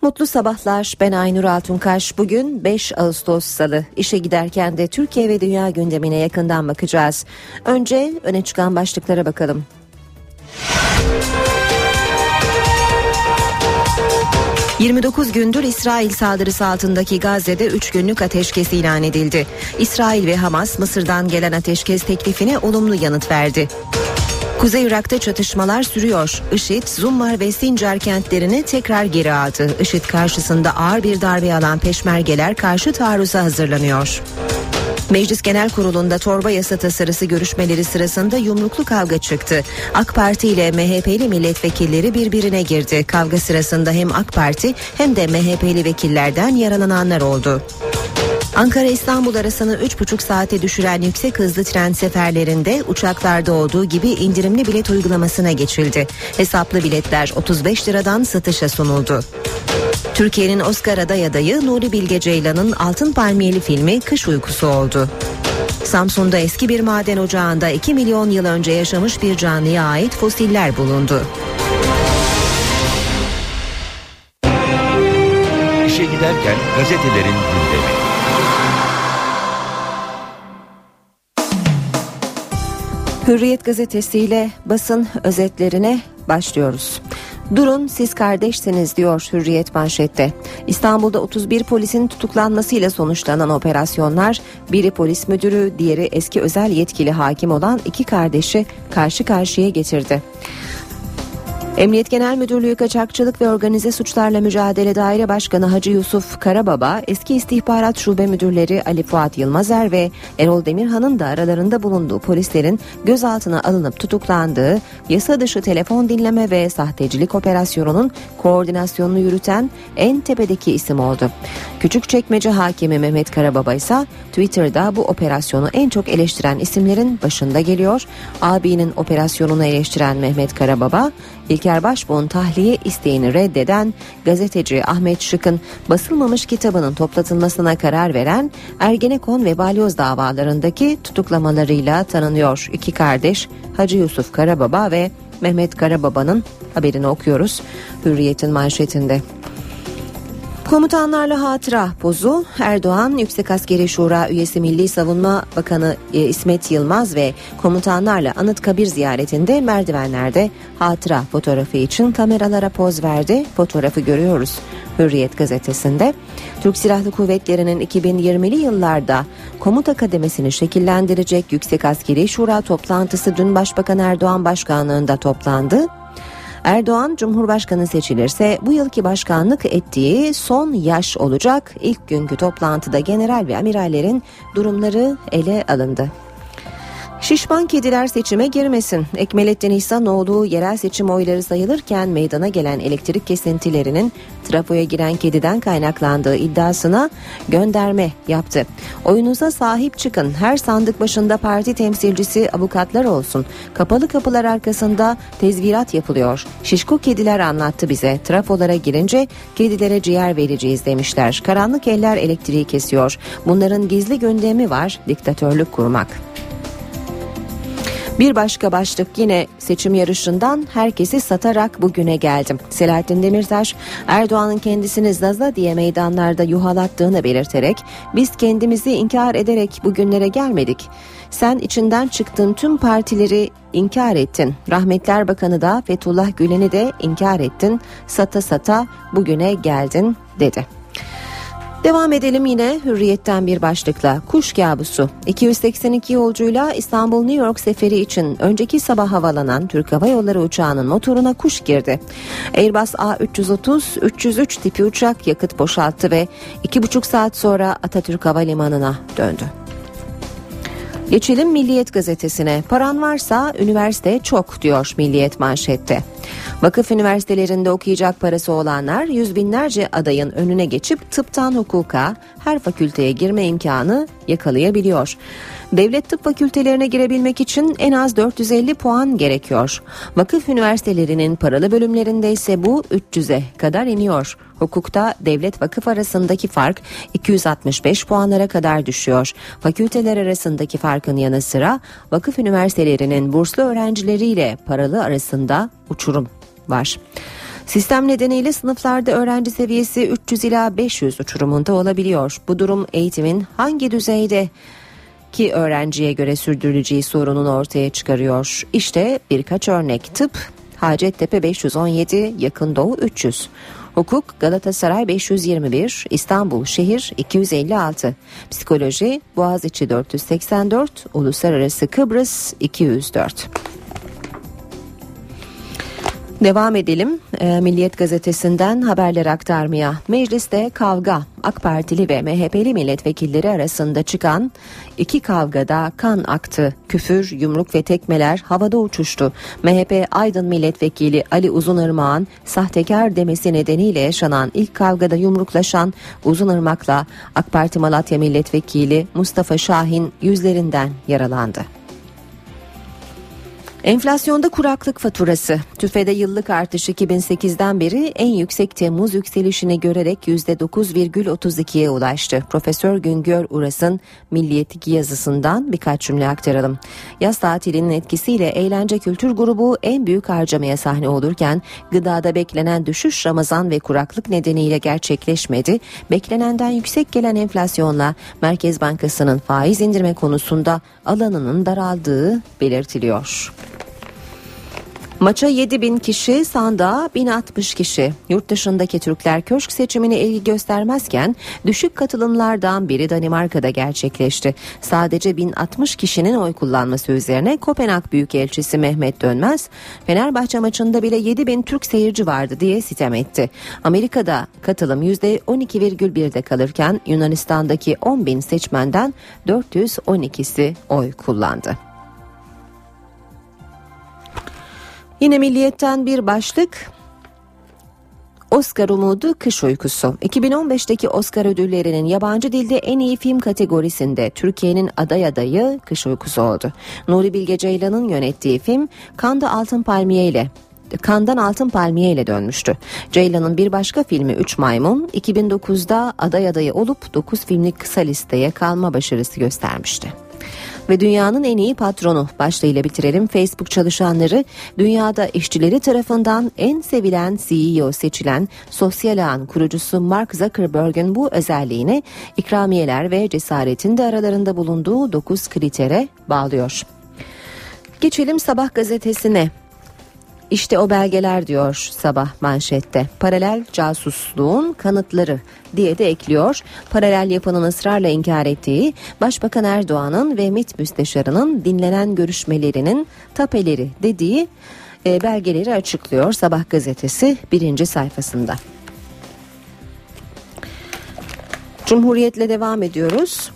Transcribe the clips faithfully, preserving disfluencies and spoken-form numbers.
Mutlu sabahlar, ben Aynur Altunkaş. Bugün beş Ağustos Salı. İşe giderken de Türkiye ve dünya gündemine yakından bakacağız. Önce öne çıkan başlıklara bakalım. yirmi dokuz gündür İsrail saldırısı altındaki Gazze'de üç günlük ateşkes ilan edildi. İsrail ve Hamas Mısır'dan gelen ateşkes teklifine olumlu yanıt verdi. Kuzey Irak'ta çatışmalar sürüyor. IŞİD, Zummar ve Sincar kentlerini tekrar geri aldı. IŞİD karşısında ağır bir darbe alan peşmergeler karşı taarruza hazırlanıyor. Meclis Genel Kurulu'nda torba yasa tasarısı görüşmeleri sırasında yumruklu kavga çıktı. AK Parti ile M H P'li milletvekilleri birbirine girdi. Kavga sırasında hem AK Parti hem de M H P'li vekillerden yaralananlar oldu. Ankara-İstanbul arasını üç buçuk saate düşüren yüksek hızlı tren seferlerinde uçaklarda olduğu gibi indirimli bilet uygulamasına geçildi. Hesaplı biletler otuz beş liradan satışa sunuldu. Türkiye'nin Oscar aday adayı Nuri Bilge Ceylan'ın Altın Palmiyeli filmi Kış Uykusu oldu. Samsun'da eski bir maden ocağında iki milyon yıl önce yaşamış bir canlıya ait fosiller bulundu. İşe giderken gazetelerin gündemi. Hürriyet gazetesiyle basın özetlerine başlıyoruz. Durun siz kardeşsiniz diyor Hürriyet manşette. İstanbul'da otuz bir polisin tutuklanmasıyla sonuçlanan operasyonlar, biri polis müdürü, diğeri eski özel yetkili hakim olan iki kardeşi karşı karşıya getirdi. Emniyet Genel Müdürlüğü Kaçakçılık ve Organize Suçlarla Mücadele Daire Başkanı Hacı Yusuf Karababa, eski istihbarat şube müdürleri Ali Fuat Yılmazer ve Erol Demirhan'ın da aralarında bulunduğu polislerin gözaltına alınıp tutuklandığı yasa dışı telefon dinleme ve sahtecilik operasyonunun koordinasyonunu yürüten en tepedeki isim oldu. Küçükçekmece Hakimi Mehmet Karababa ise Twitter'da bu operasyonu en çok eleştiren isimlerin başında geliyor. Abinin operasyonunu eleştiren Mehmet Karababa, İlker Başbuğ'un tahliye isteğini reddeden gazeteci Ahmet Şık'ın basılmamış kitabının toplatılmasına karar veren Ergenekon ve Balyoz davalarındaki tutuklamalarıyla tanınıyor. İki kardeş Hacı Yusuf Karababa ve Mehmet Karababa'nın haberini okuyoruz Hürriyet'in manşetinde. Komutanlarla hatıra pozu. Erdoğan, Yüksek Askeri Şura üyesi Milli Savunma Bakanı İsmet Yılmaz ve komutanlarla Anıtkabir ziyaretinde merdivenlerde hatıra fotoğrafı için kameralara poz verdi. Fotoğrafı görüyoruz Hürriyet gazetesinde. Türk Silahlı Kuvvetleri'nin iki bin yirmili yıllarda komuta kademesini şekillendirecek Yüksek Askeri Şura toplantısı dün Başbakan Erdoğan başkanlığında toplandı. Erdoğan Cumhurbaşkanı seçilirse bu yılki başkanlık ettiği son yaş olacak. İlk günkü toplantıda general ve amirallerin durumları ele alındı. Şişman kediler seçime girmesin. Ekmelettin İhsanoğlu yerel seçim oyları sayılırken meydana gelen elektrik kesintilerinin trafoya giren kediden kaynaklandığı iddiasına gönderme yaptı. Oyunuza sahip çıkın. Her sandık başında parti temsilcisi avukatlar olsun. Kapalı kapılar arkasında tezvirat yapılıyor. Şişko kediler anlattı bize. Trafolara girince kedilere ciğer vereceğiz demişler. Karanlık eller elektriği kesiyor. Bunların gizli gündemi var. Diktatörlük kurmak. Bir başka başlık yine seçim yarışından herkesi satarak bugüne geldim. Selahattin Demirtaş, Erdoğan'ın kendisini Zaza diye meydanlarda yuhalattığını belirterek biz kendimizi inkar ederek bugünlere gelmedik. Sen içinden çıktığın tüm partileri inkar ettin. Rahmetli Erbakan'ı da Fethullah Gülen'i de inkar ettin. Sata sata bugüne geldin dedi. Devam edelim yine Hürriyet'ten bir başlıkla. Kuş kabusu. iki yüz seksen iki yolcuyla İstanbul-New York seferi için önceki sabah havalanan Türk Hava Yolları uçağının motoruna kuş girdi. Airbus A üç yüz otuz üç yüz üç tipi uçak yakıt boşalttı ve iki buçuk saat sonra Atatürk Havalimanı'na döndü. Geçelim Milliyet gazetesine. Paran varsa üniversite çok diyor Milliyet manşette. Vakıf üniversitelerinde okuyacak parası olanlar yüz binlerce adayın önüne geçip tıptan hukuka, her fakülteye girme imkanı yakalayabiliyor. Devlet tıp fakültelerine girebilmek için en az dört yüz elli puan gerekiyor. Vakıf üniversitelerinin paralı bölümlerinde ise bu üç yüze kadar iniyor. Hukukta devlet vakıf arasındaki fark iki yüz altmış beş puanlara kadar düşüyor. Fakülteler arasındaki farkın yanı sıra vakıf üniversitelerinin burslu öğrencileriyle paralı arasında uçurum var. Sistem nedeniyle sınıflarda öğrenci seviyesi üç yüz ila beş yüz uçurumunda olabiliyor. Bu durum eğitimin hangi düzeyde ki öğrenciye göre sürdürüleceği sorununu ortaya çıkarıyor. İşte birkaç örnek. Tıp, Hacettepe beş yüz on yedi, Yakın Doğu üç yüz. Hukuk, Galatasaray beş yüz yirmi bir, İstanbul Şehir iki yüz elli altı. Psikoloji, Boğaziçi dört yüz seksen dört, Uluslararası Kıbrıs iki yüz dört. Devam edelim. E, Milliyet gazetesinden haberler aktarmaya. Mecliste kavga. AK Partili ve M H P'li milletvekilleri arasında çıkan iki kavgada kan aktı. Küfür, yumruk ve tekmeler havada uçuştu. M H P Aydın milletvekili Ali Uzunırmak'ın sahtekar demesi nedeniyle yaşanan ilk kavgada yumruklaşan Uzunırmak'la AK Parti Malatya milletvekili Mustafa Şahin yüzlerinden yaralandı. Enflasyonda kuraklık faturası. TÜFE'de yıllık artış iki bin sekizden beri en yüksek Temmuz yükselişini görerek yüzde dokuz virgül otuz ikiye ulaştı. Profesör Güngör Uras'ın Milliyet yazısından birkaç cümle aktaralım. Yaz tatilinin etkisiyle eğlence kültür grubu en büyük harcamaya sahne olurken gıdada beklenen düşüş Ramazan ve kuraklık nedeniyle gerçekleşmedi. Beklenenden yüksek gelen enflasyonla Merkez Bankası'nın faiz indirme konusunda alanının daraldığı belirtiliyor. Maça yedi bin kişi, sandığa bin altmış kişi. Yurt dışındaki Türkler köşk seçimine ilgi göstermezken düşük katılımlardan biri Danimarka'da gerçekleşti. Sadece bin altmış kişinin oy kullanması üzerine Kopenhag Büyükelçisi Mehmet Dönmez, Fenerbahçe maçında bile yedi bin Türk seyirci vardı diye sitem etti. Amerika'da katılım yüzde on iki virgül birde kalırken Yunanistan'daki on bin seçmenden dört yüz on ikisi oy kullandı. Yine Milliyet'ten bir başlık. Oscar umudu kış uykusu. iki bin on beşteki Oscar ödüllerinin yabancı dilde en iyi film kategorisinde Türkiye'nin aday adayı Kış Uykusu oldu. Nuri Bilge Ceylan'ın yönettiği film Cannes'da Altın Palmiye ile Cannes'dan Altın Palmiye ile dönmüştü. Ceylan'ın bir başka filmi Üç Maymun iki bin dokuzda aday adayı olup dokuz filmlik kısa listeye kalma başarısı göstermişti. Ve dünyanın en iyi patronu başlığıyla bitirelim. Facebook çalışanları dünyada işçileri tarafından en sevilen C E O seçilen sosyal ağın kurucusu Mark Zuckerberg'in bu özelliğini ikramiyeler ve cesaretin de aralarında bulunduğu dokuz kritere bağlıyor. Geçelim Sabah gazetesine. İşte o belgeler diyor Sabah manşette. Paralel casusluğun kanıtları diye de ekliyor. Paralel yapının ısrarla inkar ettiği Başbakan Erdoğan'ın ve MİT Müsteşarı'nın dinlenen görüşmelerinin tapeleri dediği e, belgeleri açıklıyor Sabah gazetesi birinci sayfasında. Cumhuriyet'le devam ediyoruz.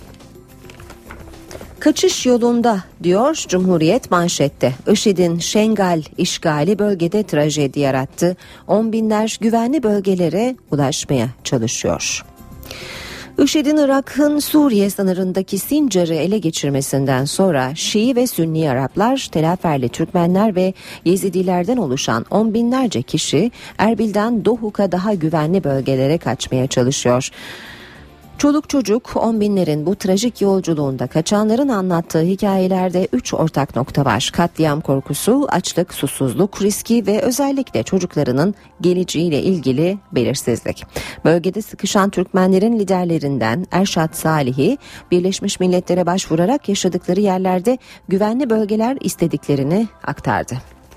Kaçış yolunda diyor Cumhuriyet manşette. IŞİD'in Şengal işgali bölgede trajedi yarattı. On binler güvenli bölgelere ulaşmaya çalışıyor. IŞİD'in Irak'ın Suriye sınırındaki Sincar'ı ele geçirmesinden sonra Şii ve Sünni Araplar, Telaferli Türkmenler ve Yezidilerden oluşan on binlerce kişi Erbil'den Dohuk'a daha güvenli bölgelere kaçmaya çalışıyor. Çoluk çocuk on binlerin bu trajik yolculuğunda kaçanların anlattığı hikayelerde üç ortak nokta var. Katliam korkusu, açlık, susuzluk riski ve özellikle çocuklarının geleceğiyle ilgili belirsizlik. Bölgede sıkışan Türkmenlerin liderlerinden Erşat Salih'i Birleşmiş Milletler'e başvurarak yaşadıkları yerlerde güvenli bölgeler istediklerini aktardı.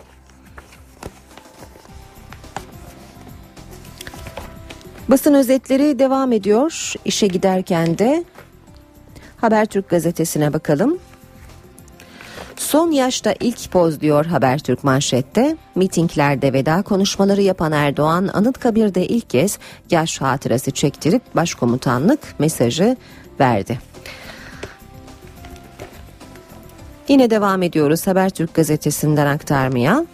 Basın özetleri devam ediyor. İşe giderken de Habertürk gazetesine bakalım. Son yaşta ilk poz diyor Habertürk manşette. Mitinglerde veda konuşmaları yapan Erdoğan, Anıtkabir'de ilk kez yaş hatırası çektirip başkomutanlık mesajı verdi. Yine devam ediyoruz Habertürk gazetesinden aktarmaya.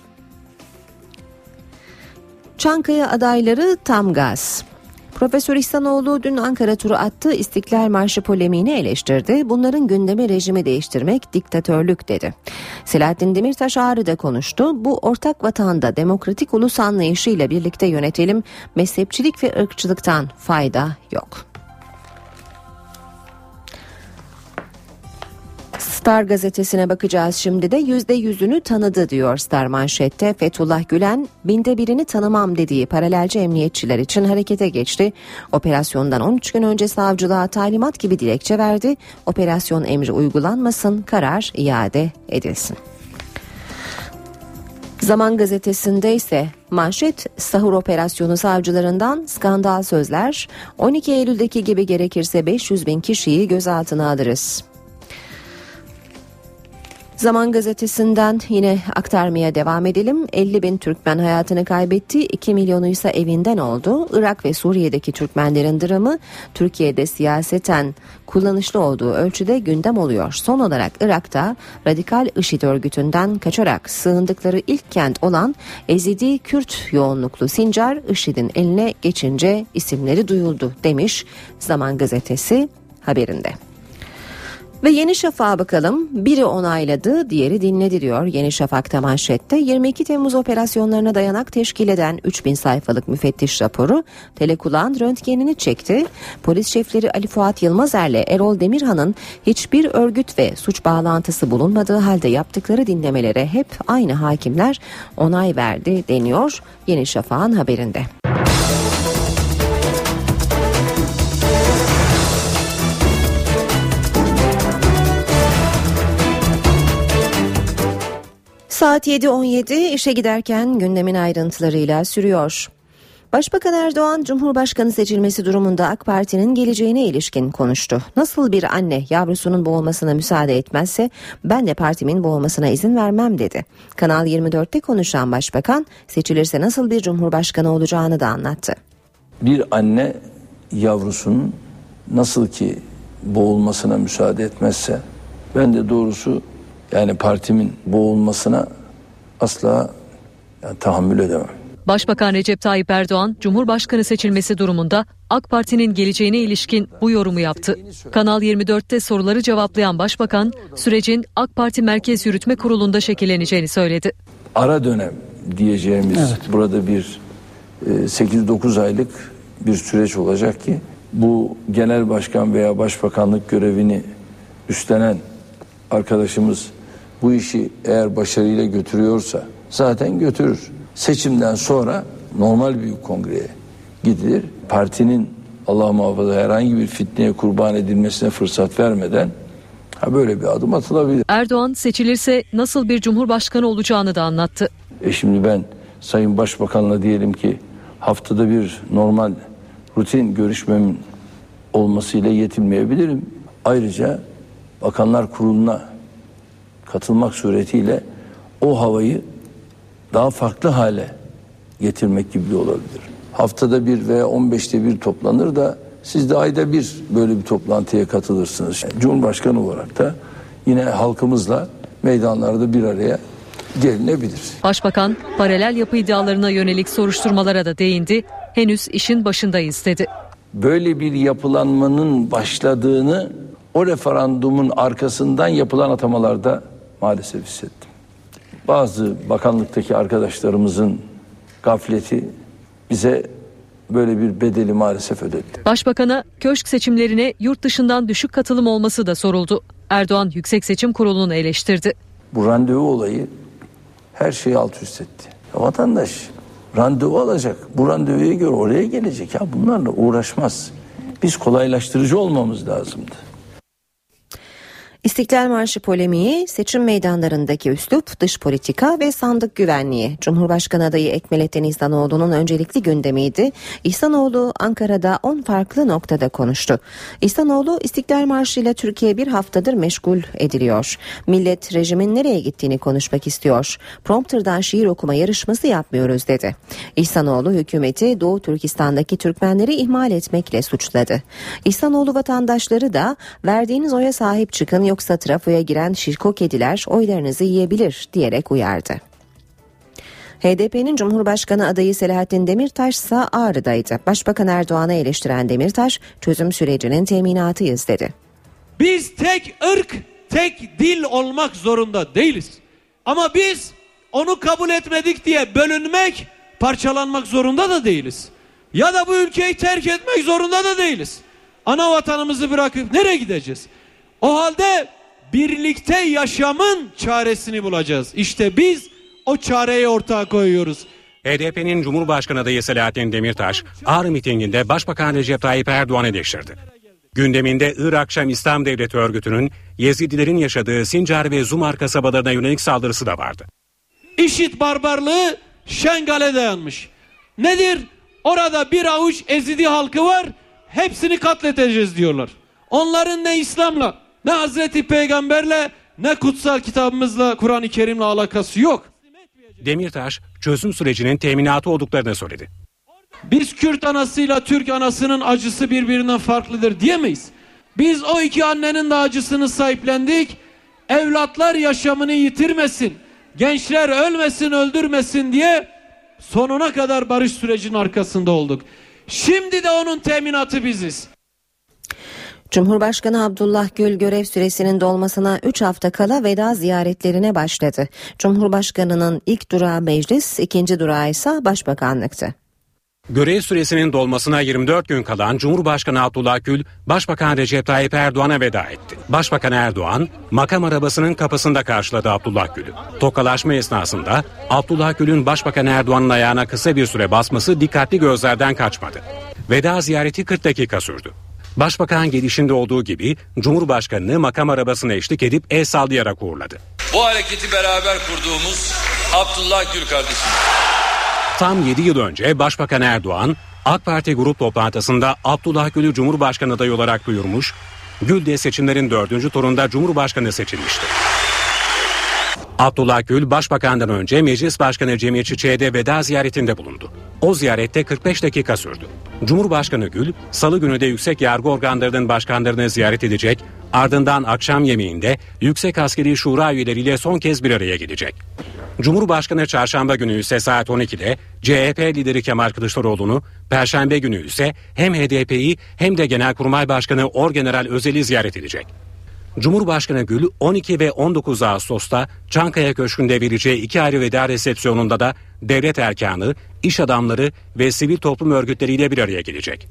Çankaya adayları tam gaz. Profesör İhsanoğlu dün Ankara turu attı, İstiklal Marşı polemiğini eleştirdi. Bunların gündemi rejimi değiştirmek diktatörlük dedi. Selahattin Demirtaş Ağrı'da konuştu. Bu ortak vatanda demokratik ulus anlayışıyla birlikte yönetelim. Mezhepçilik ve ırkçılıktan fayda yok. Star gazetesine bakacağız şimdi de. Yüzde yüzünü tanıdı diyor Star manşette. Fethullah Gülen binde birini tanımam dediği paralelci emniyetçiler için harekete geçti. Operasyondan on üç gün önce savcılığa talimat gibi dilekçe verdi. Operasyon emri uygulanmasın, karar iade edilsin. Zaman gazetesinde ise manşet sahur operasyonu savcılarından skandal sözler. on iki Eylül'deki gibi gerekirse beş yüz bin kişiyi gözaltına alırız. Zaman gazetesinden yine aktarmaya devam edelim. elli bin Türkmen hayatını kaybetti, iki milyonu ise evinden oldu. Irak ve Suriye'deki Türkmenlerin dramı Türkiye'de siyaseten kullanışlı olduğu ölçüde gündem oluyor. Son olarak Irak'ta radikal IŞİD örgütünden kaçarak sığındıkları ilk kent olan Ezidi Kürt yoğunluklu Sincar, IŞİD'in eline geçince isimleri duyuldu demiş Zaman gazetesi haberinde. Ve Yeni Şafak'a bakalım. Biri onayladı, diğeri dinledi diyor Yeni Şafak'ta manşette. yirmi iki Temmuz operasyonlarına dayanak teşkil eden üç bin sayfalık müfettiş raporu telekulağın röntgenini çekti. Polis şefleri Ali Fuat Yılmazer'le Erol Demirhan'ın hiçbir örgüt ve suç bağlantısı bulunmadığı halde yaptıkları dinlemelere hep aynı hakimler onay verdi deniyor Yeni Şafak'ın haberinde. Saat yedi on yedi, işe giderken gündemin ayrıntılarıyla sürüyor. Başbakan Erdoğan, Cumhurbaşkanı seçilmesi durumunda AK Parti'nin geleceğine ilişkin konuştu. Nasıl bir anne yavrusunun boğulmasına müsaade etmezse ben de partimin boğulmasına izin vermem dedi. Kanal yirmi dörtte konuşan Başbakan, seçilirse nasıl bir Cumhurbaşkanı olacağını da anlattı. Bir anne yavrusunun nasıl ki boğulmasına müsaade etmezse ben de doğrusu yani partimin boğulmasına asla yani tahammül edemem. Başbakan Recep Tayyip Erdoğan, Cumhurbaşkanı seçilmesi durumunda AK Parti'nin geleceğine ilişkin bu yorumu yaptı. Kanal yirmi dörtte soruları cevaplayan Başbakan, sürecin AK Parti Merkez Yürütme Kurulu'nda şekilleneceğini söyledi. Ara dönem diyeceğimiz evet. Burada bir sekiz dokuz aylık bir süreç olacak ki bu genel başkan veya başbakanlık görevini üstlenen arkadaşımız bu işi eğer başarıyla götürüyorsa zaten götürür. Seçimden sonra normal büyük kongreye gidilir. Partinin Allah muhafaza herhangi bir fitneye kurban edilmesine fırsat vermeden ha böyle bir adım atılabilir. Erdoğan seçilirse nasıl bir cumhurbaşkanı olacağını da anlattı. E şimdi ben Sayın Başbakan'la diyelim ki haftada bir normal rutin görüşmemin olmasıyla yetinmeyebilirim. Ayrıca Bakanlar Kurulu'na katılmak suretiyle o havayı daha farklı hale getirmek gibi olabilir. Haftada bir veya on beşte bir toplanır da siz de ayda bir böyle bir toplantıya katılırsınız. Yani Cumhurbaşkanı olarak da yine halkımızla meydanlarda bir araya gelinebilir. Başbakan paralel yapı iddialarına yönelik soruşturmalara da değindi. Henüz işin başındayız dedi. Böyle bir yapılanmanın başladığını o referandumun arkasından yapılan atamalarda maalesef hissettim. Bazı bakanlıktaki arkadaşlarımızın gafleti bize böyle bir bedeli maalesef ödetti. Başbakan'a köşk seçimlerine yurt dışından düşük katılım olması da soruldu. Erdoğan Yüksek Seçim Kurulu'nu eleştirdi. Bu randevu olayı her şeyi alt üst etti. Ya vatandaş randevu alacak. Bu randevuya göre oraya gelecek. Ya bunlarla uğraşmaz. Biz kolaylaştırıcı olmamız lazımdı. İstiklal Marşı polemiği, seçim meydanlarındaki üslup, dış politika ve sandık güvenliği. Cumhurbaşkanı adayı Ekmelettin İhsanoğlu'nun öncelikli gündemiydi. İhsanoğlu Ankara'da on farklı noktada konuştu. İhsanoğlu, İstiklal Marşı ile Türkiye bir haftadır meşgul ediliyor. Millet rejimin nereye gittiğini konuşmak istiyor. Prompter'dan şiir okuma yarışması yapmıyoruz dedi. İhsanoğlu hükümeti Doğu Türkistan'daki Türkmenleri ihmal etmekle suçladı. İhsanoğlu vatandaşları da verdiğiniz oya sahip çıkın, yoksa trafoya giren şirko kediler oylarınızı yiyebilir diyerek uyardı. H D P'nin Cumhurbaşkanı adayı Selahattin Demirtaş ise Ağrı'daydı. Başbakan Erdoğan'ı eleştiren Demirtaş, çözüm sürecinin teminatıyız dedi. Biz tek ırk, tek dil olmak zorunda değiliz. Ama biz onu kabul etmedik diye bölünmek, parçalanmak zorunda da değiliz. Ya da bu ülkeyi terk etmek zorunda da değiliz. Ana vatanımızı bırakıp nereye gideceğiz? O halde birlikte yaşamın çaresini bulacağız. İşte biz o çareyi ortaya koyuyoruz. H D P'nin Cumhurbaşkanı adayı Selahattin Demirtaş, Ağrı mitinginde Başbakan Recep Tayyip Erdoğan'ı eleştirdi. Gündeminde Irak Şam İslam Devleti örgütünün Yezidilerin yaşadığı Sincar ve Zumar kasabalarına yönelik saldırısı da vardı. İşit barbarlığı Şengal'e dayanmış. Nedir? Orada bir avuç Ezidi halkı var, hepsini katledeceğiz diyorlar. Onların ne İslam'la, ne Hazreti Peygamber'le, ne kutsal kitabımızla, Kur'an-ı Kerim'le alakası yok. Demirtaş, çözüm sürecinin teminatı olduklarını söyledi. Biz Kürt anasıyla Türk anasının acısı birbirinden farklıdır diyemeyiz. Biz o iki annenin de acısını sahiplendik. Evlatlar yaşamını yitirmesin, gençler ölmesin, öldürmesin diye sonuna kadar barış sürecinin arkasında olduk. Şimdi de onun teminatı biziz. Cumhurbaşkanı Abdullah Gül görev süresinin dolmasına üç hafta kala veda ziyaretlerine başladı. Cumhurbaşkanının ilk durağı meclis, ikinci durağı ise başbakanlıktı. Görev süresinin dolmasına yirmi dört gün kalan Cumhurbaşkanı Abdullah Gül, Başbakan Recep Tayyip Erdoğan'a veda etti. Başbakan Erdoğan, makam arabasının kapısında karşıladı Abdullah Gül'ü. Tokalaşma esnasında Abdullah Gül'ün Başbakan Erdoğan'ın ayağına kısa bir süre basması dikkatli gözlerden kaçmadı. Veda ziyareti kırk dakika sürdü. Başbakan gelişinde olduğu gibi Cumhurbaşkanı'nı makam arabasına eşlik edip el sallayarak uğurladı. Bu hareketi beraber kurduğumuz Abdullah Gül kardeşim. Tam yedi yıl önce Başbakan Erdoğan, AK Parti grup toplantısında Abdullah Gül'ü Cumhurbaşkanı adayı olarak duyurmuş, Gül de seçimlerin dördüncü turunda Cumhurbaşkanı seçilmişti. Abdullah Gül, Başbakan'dan önce Meclis Başkanı Cemil Çiçek'e de veda ziyaretinde bulundu. O ziyarette kırk beş dakika sürdü. Cumhurbaşkanı Gül, Salı günü de yüksek yargı organlarının başkanlarını ziyaret edecek, ardından akşam yemeğinde Yüksek Askeri Şura üyeleriyle son kez bir araya gelecek. Cumhurbaşkanı çarşamba günü ise saat on ikide C H P lideri Kemal Kılıçdaroğlu'nu, perşembe günü ise hem H D P'yi hem de Genelkurmay Başkanı Orgeneral Özel'i ziyaret edecek. Cumhurbaşkanı Gül on iki ve on dokuz Ağustos'ta Çankaya Köşkü'nde vereceği iki ayrı veda resepsiyonunda da devlet erkanı, iş adamları ve sivil toplum örgütleriyle bir araya gelecek.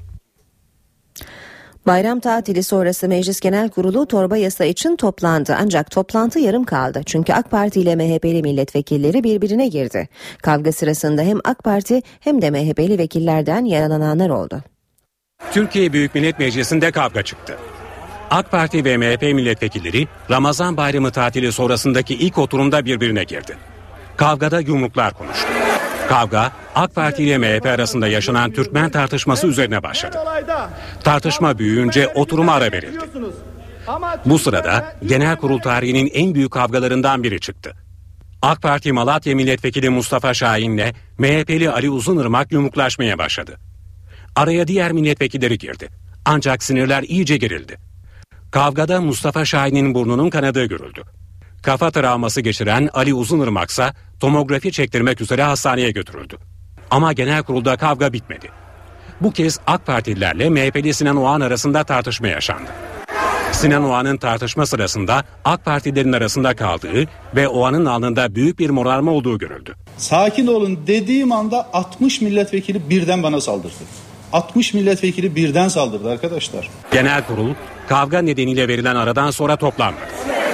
Bayram tatili sonrası Meclis Genel Kurulu torba yasa için toplandı. Ancak toplantı yarım kaldı. Çünkü AK Parti ile M H P'li milletvekilleri birbirine girdi. Kavga sırasında hem AK Parti hem de M H P'li vekillerden yaralananlar oldu. Türkiye Büyük Millet Meclisi'nde kavga çıktı. AK Parti ve M H P milletvekilleri Ramazan Bayramı tatili sonrasındaki ilk oturumda birbirine girdi. Kavgada yumruklar konuştu. Kavga, AK Parti ile M H P arasında yaşanan Türkmen tartışması üzerine başladı. Tartışma büyüyünce oturuma ara verildi. Bu sırada genel kurul tarihinin en büyük kavgalarından biri çıktı. AK Parti Malatya Milletvekili Mustafa Şahin'le M H P'li Ali Uzunırmak yumruklaşmaya başladı. Araya diğer milletvekilleri girdi. Ancak sinirler iyice gerildi. Kavgada Mustafa Şahin'in burnunun kanadığı görüldü. Kafa travması geçiren Ali Uzunırmak ise tomografi çektirmek üzere hastaneye götürüldü. Ama genel kurulda kavga bitmedi. Bu kez AK Partililerle M H P'li Sinan Oğan arasında tartışma yaşandı. Sinan Oğan'ın tartışma sırasında AK Partililerin arasında kaldığı ve Oğan'ın alnında büyük bir morarma olduğu görüldü. Sakin olun dediğim anda altmış milletvekili birden bana saldırdı. altmış milletvekili birden saldırdı arkadaşlar. Genel kurul kavga nedeniyle verilen aradan sonra toplanmadı.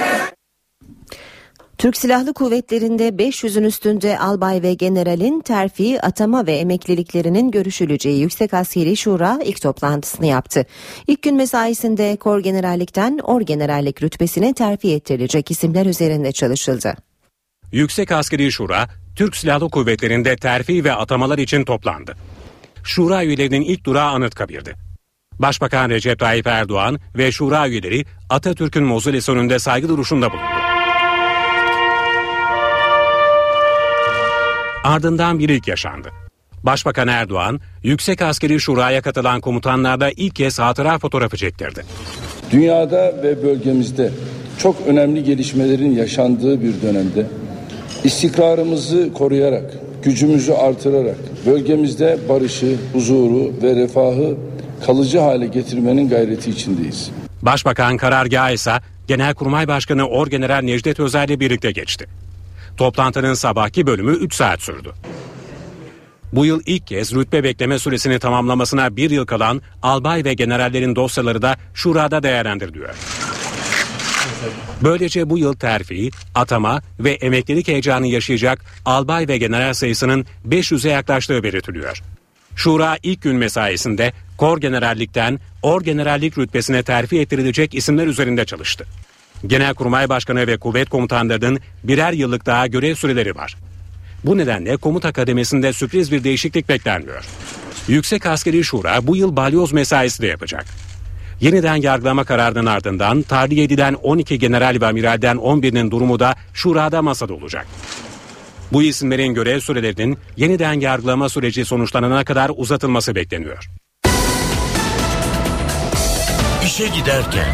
Türk Silahlı Kuvvetleri'nde beş yüzün üstünde albay ve generalin terfi, atama ve emekliliklerinin görüşüleceği Yüksek Askeri Şura ilk toplantısını yaptı. İlk gün mesaisinde kor generallikten orgenerallik rütbesine terfi ettirilecek isimler üzerinde çalışıldı. Yüksek Askeri Şura, Türk Silahlı Kuvvetleri'nde terfi ve atamalar için toplandı. Şura üyelerinin ilk durağı Anıtkabir'di. Başbakan Recep Tayyip Erdoğan ve Şura üyeleri Atatürk'ün mozolesi önünde saygı duruşunda bulundu. Ardından bir ilk yaşandı. Başbakan Erdoğan, Yüksek Askeri Şura'ya katılan komutanlarda ilk kez hatıra fotoğrafı çektirdi. Dünyada ve bölgemizde çok önemli gelişmelerin yaşandığı bir dönemde istikrarımızı koruyarak, gücümüzü artırarak bölgemizde barışı, huzuru ve refahı kalıcı hale getirmenin gayreti içindeyiz. Başbakan karargahı ise Genelkurmay Başkanı Orgeneral Necdet Özer'le birlikte geçti. Toplantının sabahki bölümü üç saat sürdü. Bu yıl ilk kez rütbe bekleme süresini tamamlamasına bir yıl kalan albay ve generallerin dosyaları da şurada değerlendiriliyor. Böylece bu yıl terfi, atama ve emeklilik heyecanı yaşayacak albay ve general sayısının beş yüze yaklaştığı belirtiliyor. Şura ilk gün mesaisinde kor generallikten orgenerallik rütbesine terfi ettirilecek isimler üzerinde çalıştı. Genelkurmay Başkanı ve kuvvet komutanlarının birer yıllık daha görev süreleri var. Bu nedenle komuta kademesinde sürpriz bir değişiklik beklenmiyor. Yüksek Askeri Şura bu yıl balyoz mesaisi de yapacak. Yeniden yargılama kararının ardından tahliye edilen on iki general ve amiralden on birinin durumu da şurada masada olacak. Bu isimlerin görev sürelerinin yeniden yargılama süreci sonuçlanana kadar uzatılması bekleniyor. İşe giderken.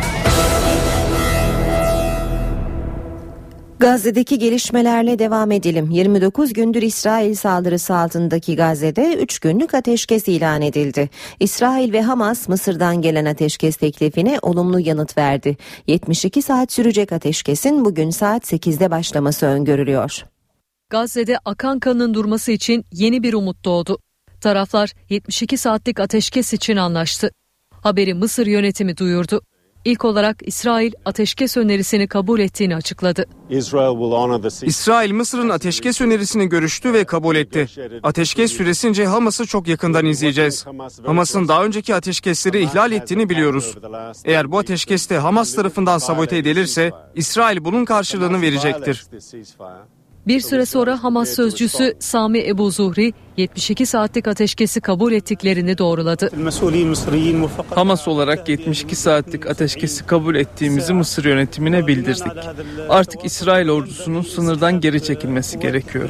Gazze'deki gelişmelerle devam edelim. yirmi dokuz gündür İsrail saldırısı altındaki Gazze'de üç günlük ateşkes ilan edildi. İsrail ve Hamas Mısır'dan gelen ateşkes teklifine olumlu yanıt verdi. yetmiş iki saat sürecek ateşkesin bugün saat sekizde başlaması öngörülüyor. Gazze'de akan kanın durması için yeni bir umut doğdu. Taraflar yetmiş iki saatlik ateşkes için anlaştı. Haberi Mısır yönetimi duyurdu. İlk olarak İsrail ateşkes önerisini kabul ettiğini açıkladı. İsrail Mısır'ın ateşkes önerisini görüştü ve kabul etti. Ateşkes süresince Hamas'ı çok yakından izleyeceğiz. Hamas'ın daha önceki ateşkesleri ihlal ettiğini biliyoruz. Eğer bu ateşkeste Hamas tarafından sabote edilirse İsrail bunun karşılığını verecektir. Bir süre sonra Hamas sözcüsü Sami Ebu Zuhri yetmiş iki saatlik ateşkesi kabul ettiklerini doğruladı. Hamas olarak yetmiş iki saatlik ateşkesi kabul ettiğimizi Mısır yönetimine bildirdik. Artık İsrail ordusunun sınırdan geri çekilmesi gerekiyor.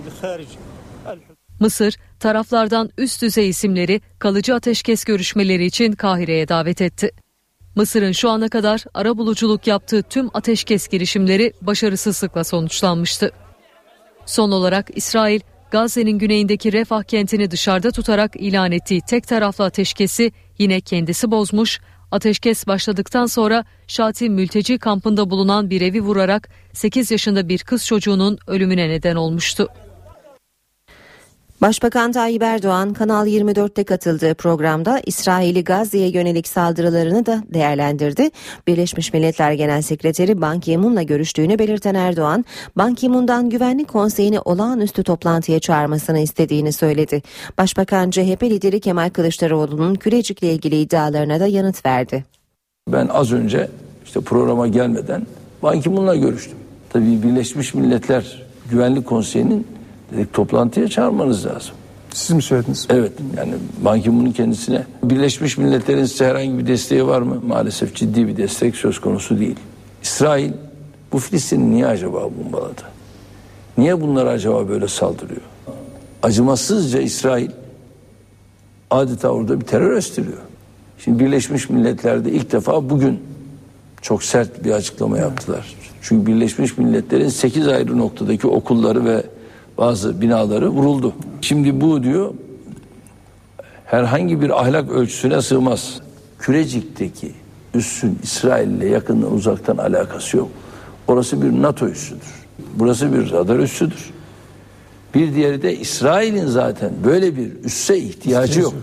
Mısır, taraflardan üst düzey isimleri kalıcı ateşkes görüşmeleri için Kahire'ye davet etti. Mısır'ın şu ana kadar arabuluculuk yaptığı tüm ateşkes girişimleri başarısızlıkla sonuçlanmıştı. Son olarak İsrail, Gazze'nin güneyindeki Refah kentini dışarıda tutarak ilan ettiği tek taraflı ateşkesi yine kendisi bozmuş, ateşkes başladıktan sonra Şati mülteci kampında bulunan bir evi vurarak sekiz yaşında bir kız çocuğunun ölümüne neden olmuştu. Başbakan Tayyip Erdoğan Kanal yirmi dörtte katıldığı programda İsrail'i Gazze'ye yönelik saldırılarını da değerlendirdi. Birleşmiş Milletler Genel Sekreteri Ban Ki-moon'la görüştüğünü belirten Erdoğan, Ban Ki-moon'dan Güvenlik Konseyi'ni olağanüstü toplantıya çağırmasını istediğini söyledi. Başbakan C H P lideri Kemal Kılıçdaroğlu'nun Kürecik'le ilgili iddialarına da yanıt verdi. Ben az önce işte programa gelmeden Ban Ki-moon'la görüştüm. Tabii Birleşmiş Milletler Güvenlik Konseyi'nin dedik toplantıya çağırmanız lazım. Siz mi söylediniz? Evet, yani Ban Ki-moon'un kendisine Birleşmiş Milletler'in size herhangi bir desteği var mı? Maalesef ciddi bir destek söz konusu değil. İsrail bu Filistin'i niye acaba bombaladı? Niye bunlara acaba böyle saldırıyor? Acımasızca İsrail adeta orada bir terör estiriyor. Şimdi Birleşmiş Milletler'de ilk defa bugün çok sert bir açıklama yaptılar. Çünkü Birleşmiş Milletler'in sekiz ayrı noktadaki okulları ve bazı binaları vuruldu. Şimdi bu diyor herhangi bir ahlak ölçüsüne sığmaz. Kürecik'teki üssün İsrail'le yakından uzaktan alakası yok. Orası bir NATO üssüdür. Burası bir radar üssüdür. Bir diğeri de İsrail'in zaten böyle bir üsse ihtiyacı yok.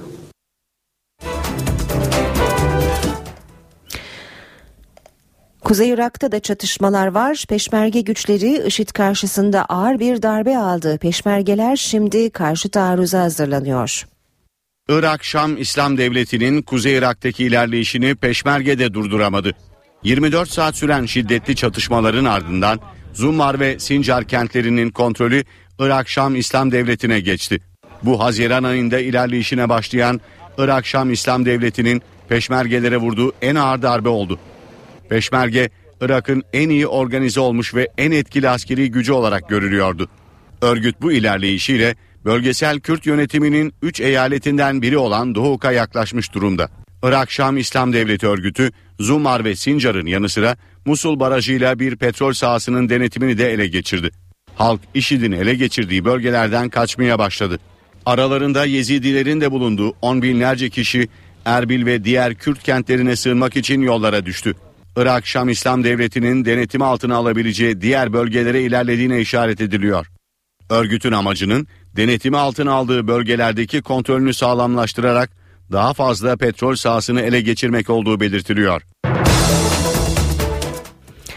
Kuzey Irak'ta da çatışmalar var. Peşmerge güçleri IŞİD karşısında ağır bir darbe aldı. Peşmergeler şimdi karşı taarruza hazırlanıyor. Irak-Şam İslam Devleti'nin Kuzey Irak'taki ilerleyişini Peşmerge de durduramadı. yirmi dört saat süren şiddetli çatışmaların ardından Zumar ve Sincar kentlerinin kontrolü Irak-Şam İslam Devleti'ne geçti. Bu Haziran ayında ilerleyişine başlayan Irak-Şam İslam Devleti'nin Peşmergelere vurduğu en ağır darbe oldu. Peşmerge, Irak'ın en iyi organize olmuş ve en etkili askeri gücü olarak görülüyordu. Örgüt bu ilerleyişiyle bölgesel Kürt yönetiminin üç eyaletinden biri olan Duhuk'a yaklaşmış durumda. Irak-Şam İslam Devleti örgütü, Zumar ve Sincar'ın yanı sıra Musul Barajı'yla bir petrol sahasının denetimini de ele geçirdi. Halk IŞİD'in ele geçirdiği bölgelerden kaçmaya başladı. Aralarında Yezidilerin de bulunduğu on binlerce kişi Erbil ve diğer Kürt kentlerine sığınmak için yollara düştü. Irak-Şam İslam Devleti'nin denetimi altına alabileceği diğer bölgelere ilerlediğine işaret ediliyor. Örgütün amacının denetimi altına aldığı bölgelerdeki kontrolünü sağlamlaştırarak daha fazla petrol sahasını ele geçirmek olduğu belirtiliyor.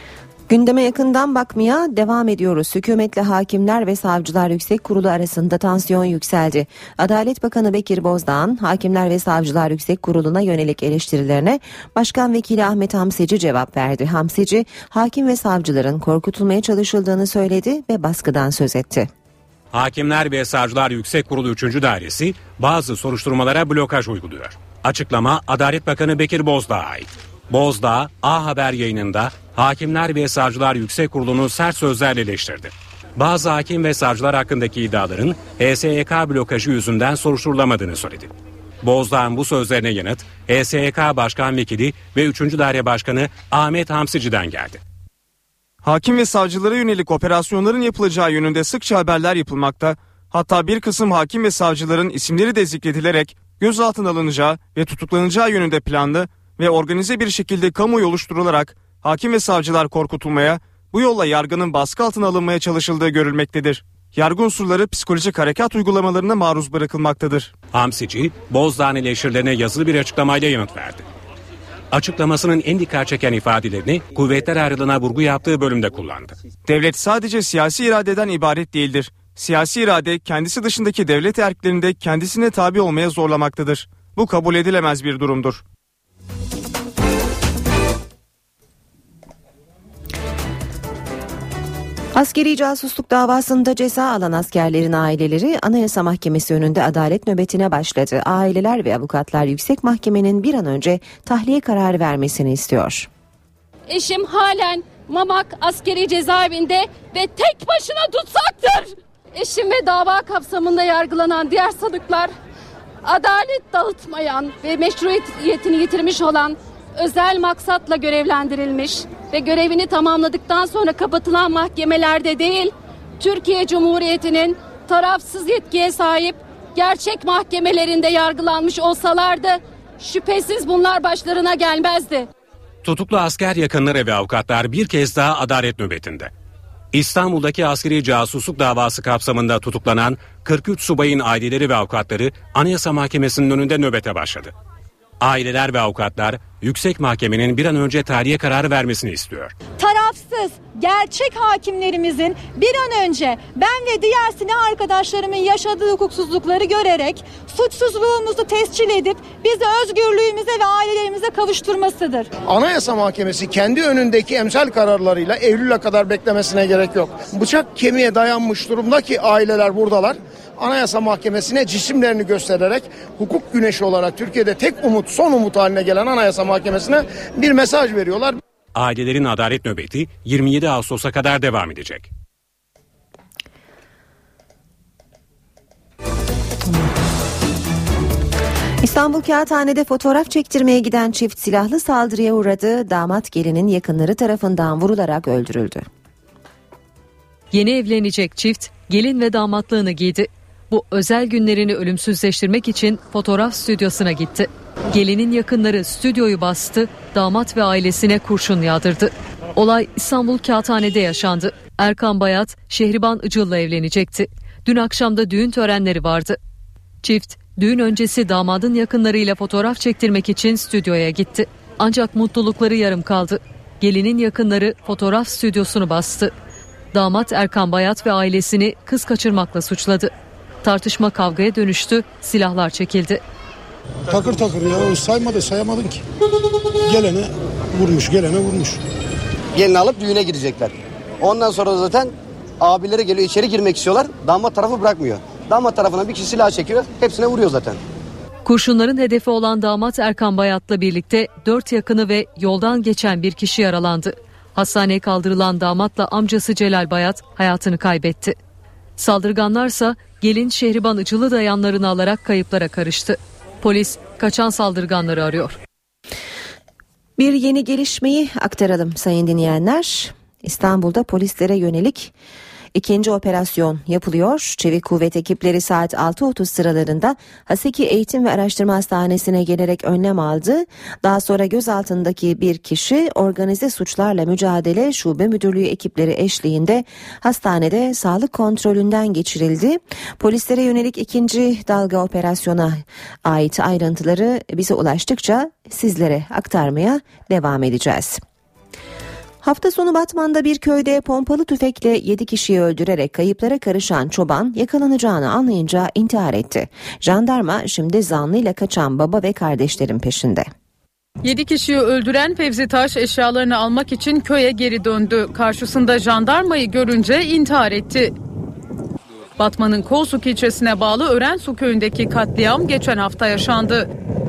Gündeme yakından bakmaya devam ediyoruz. Hükümetle Hakimler ve Savcılar Yüksek Kurulu arasında tansiyon yükseldi. Adalet Bakanı Bekir Bozdağ'ın Hakimler ve Savcılar Yüksek Kurulu'na yönelik eleştirilerine Başkan Vekili Ahmet Hamseci cevap verdi. Hamseci, hakim ve savcıların korkutulmaya çalışıldığını söyledi ve baskıdan söz etti. Hakimler ve Savcılar Yüksek Kurulu üçüncü Dairesi bazı soruşturmalara blokaj uyguluyor. Açıklama Adalet Bakanı Bekir Bozdağ'a ait. Bozdağ, A Haber yayınında Hakimler ve Savcılar Yüksek Kurulu'nu sert sözlerle eleştirdi. Bazı hakim ve savcılar hakkındaki iddiaların H S Y K blokajı yüzünden soruşturulamadığını söyledi. Bozdağ'ın bu sözlerine yanıt H S Y K Başkan Vekili ve üçüncü Daire Başkanı Ahmet Hamsici'den geldi. Hakim ve savcılara yönelik operasyonların yapılacağı yönünde sıkça haberler yapılmakta. Hatta bir kısım hakim ve savcıların isimleri de zikredilerek gözaltına alınacağı ve tutuklanacağı yönünde planlı ve organize bir şekilde kamuoyu oluşturularak hakim ve savcılar korkutulmaya, bu yolla yargının baskı altına alınmaya çalışıldığı görülmektedir. Yargı unsurları psikolojik harekat uygulamalarına maruz bırakılmaktadır. Hamsici, Bozdağ'ın eleştirilerine yazılı bir açıklamayla yanıt verdi. Açıklamasının en dikkat çeken ifadelerini kuvvetler ayrılığına vurgu yaptığı bölümde kullandı. Devlet sadece siyasi iradeden ibaret değildir. Siyasi irade kendisi dışındaki devlet erklerini de kendisine tabi olmaya zorlamaktadır. Bu kabul edilemez bir durumdur. Askeri casusluk davasında ceza alan askerlerin aileleri Anayasa Mahkemesi önünde adalet nöbetine başladı. Aileler ve avukatlar Yüksek Mahkemenin bir an önce tahliye kararı vermesini istiyor. Eşim halen Mamak askeri cezaevinde ve tek başına tutsaktır. Eşim ve dava kapsamında yargılanan diğer sanıklar adalet dağıtmayan ve meşruiyetini yitirmiş olan özel maksatla görevlendirilmiş ve görevini tamamladıktan sonra kapatılan mahkemelerde değil, Türkiye Cumhuriyeti'nin tarafsız yetkiye sahip gerçek mahkemelerinde yargılanmış olsalardı şüphesiz bunlar başlarına gelmezdi. Tutuklu asker yakınları ve avukatlar bir kez daha adalet nöbetinde. İstanbul'daki askeri casusluk davası kapsamında tutuklanan kırk üç subayın aileleri ve avukatları Anayasa Mahkemesi'nin önünde nöbete başladı. Aileler ve avukatlar Yüksek Mahkemenin bir an önce tahliye kararı vermesini istiyor. Tarafsız, gerçek hakimlerimizin bir an önce ben ve diğer silah arkadaşlarımın yaşadığı hukuksuzlukları görerek suçsuzluğumuzu tescil edip bizi özgürlüğümüze ve ailelerimize kavuşturmasıdır. Anayasa Mahkemesi kendi önündeki emsal kararlarıyla Eylül'e kadar beklemesine gerek yok. Bıçak kemiğe dayanmış durumda ki aileler buradalar. Anayasa Mahkemesi'ne cisimlerini göstererek hukuk güneşi olarak Türkiye'de tek umut, son umut haline gelen Anayasa Mahkemesi'ne bir mesaj veriyorlar. Ailelerin adalet nöbeti yirmi yedi Ağustos'a kadar devam edecek. İstanbul Kağıthane'de fotoğraf çektirmeye giden çift silahlı saldırıya uğradı. Damat gelinin yakınları tarafından vurularak öldürüldü. Yeni evlenecek çift gelin ve damatlığını giydi. Bu özel günlerini ölümsüzleştirmek için fotoğraf stüdyosuna gitti. Gelinin yakınları stüdyoyu bastı, damat ve ailesine kurşun yağdırdı. Olay İstanbul Kağıthane'de yaşandı. Erkan Bayat, Şehriban Icıl'la evlenecekti. Dün akşam da düğün törenleri vardı. Çift, düğün öncesi damadın yakınlarıyla fotoğraf çektirmek için stüdyoya gitti. Ancak mutlulukları yarım kaldı. Gelinin yakınları fotoğraf stüdyosunu bastı. Damat Erkan Bayat ve ailesini kız kaçırmakla suçladı. Tartışma kavgaya dönüştü, silahlar çekildi. Takır takır ya, saymadı sayamadın ki. Gelene vurmuş, gelene vurmuş. Gelini alıp düğüne gidecekler. Ondan sonra zaten abileri geliyor, içeri girmek istiyorlar. Damat tarafı bırakmıyor. Damat tarafına bir kişi silah çekiyor, hepsine vuruyor zaten. Kurşunların hedefi olan damat Erkan Bayat'la birlikte dört yakını ve yoldan geçen bir kişi yaralandı. Hastaneye kaldırılan damatla amcası Celal Bayat hayatını kaybetti. Saldırganlarsa gelin Şehriban Icıl'ı da yanlarına alarak kayıplara karıştı. Polis kaçan saldırganları arıyor. Bir yeni gelişmeyi aktaralım sayın dinleyenler. İstanbul'da polislere yönelik İkinci operasyon yapılıyor. Çevik kuvvet ekipleri saat altı otuz sıralarında Haseki Eğitim ve Araştırma Hastanesi'ne gelerek önlem aldı. Daha sonra gözaltındaki bir kişi organize suçlarla mücadele şube müdürlüğü ekipleri eşliğinde hastanede sağlık kontrolünden geçirildi. Polislere yönelik ikinci dalga operasyona ait ayrıntıları bize ulaştıkça sizlere aktarmaya devam edeceğiz. Hafta sonu Batman'da bir köyde pompalı tüfekle yedi kişiyi öldürerek kayıplara karışan çoban yakalanacağını anlayınca intihar etti. Jandarma şimdi zanlıyla kaçan baba ve kardeşlerin peşinde. yedi kişiyi öldüren Fevzi Taş eşyalarını almak için köye geri döndü. Karşısında jandarmayı görünce intihar etti. Batman'ın Kolsuk ilçesine bağlı Örensu köyündeki katliam geçen hafta yaşandı.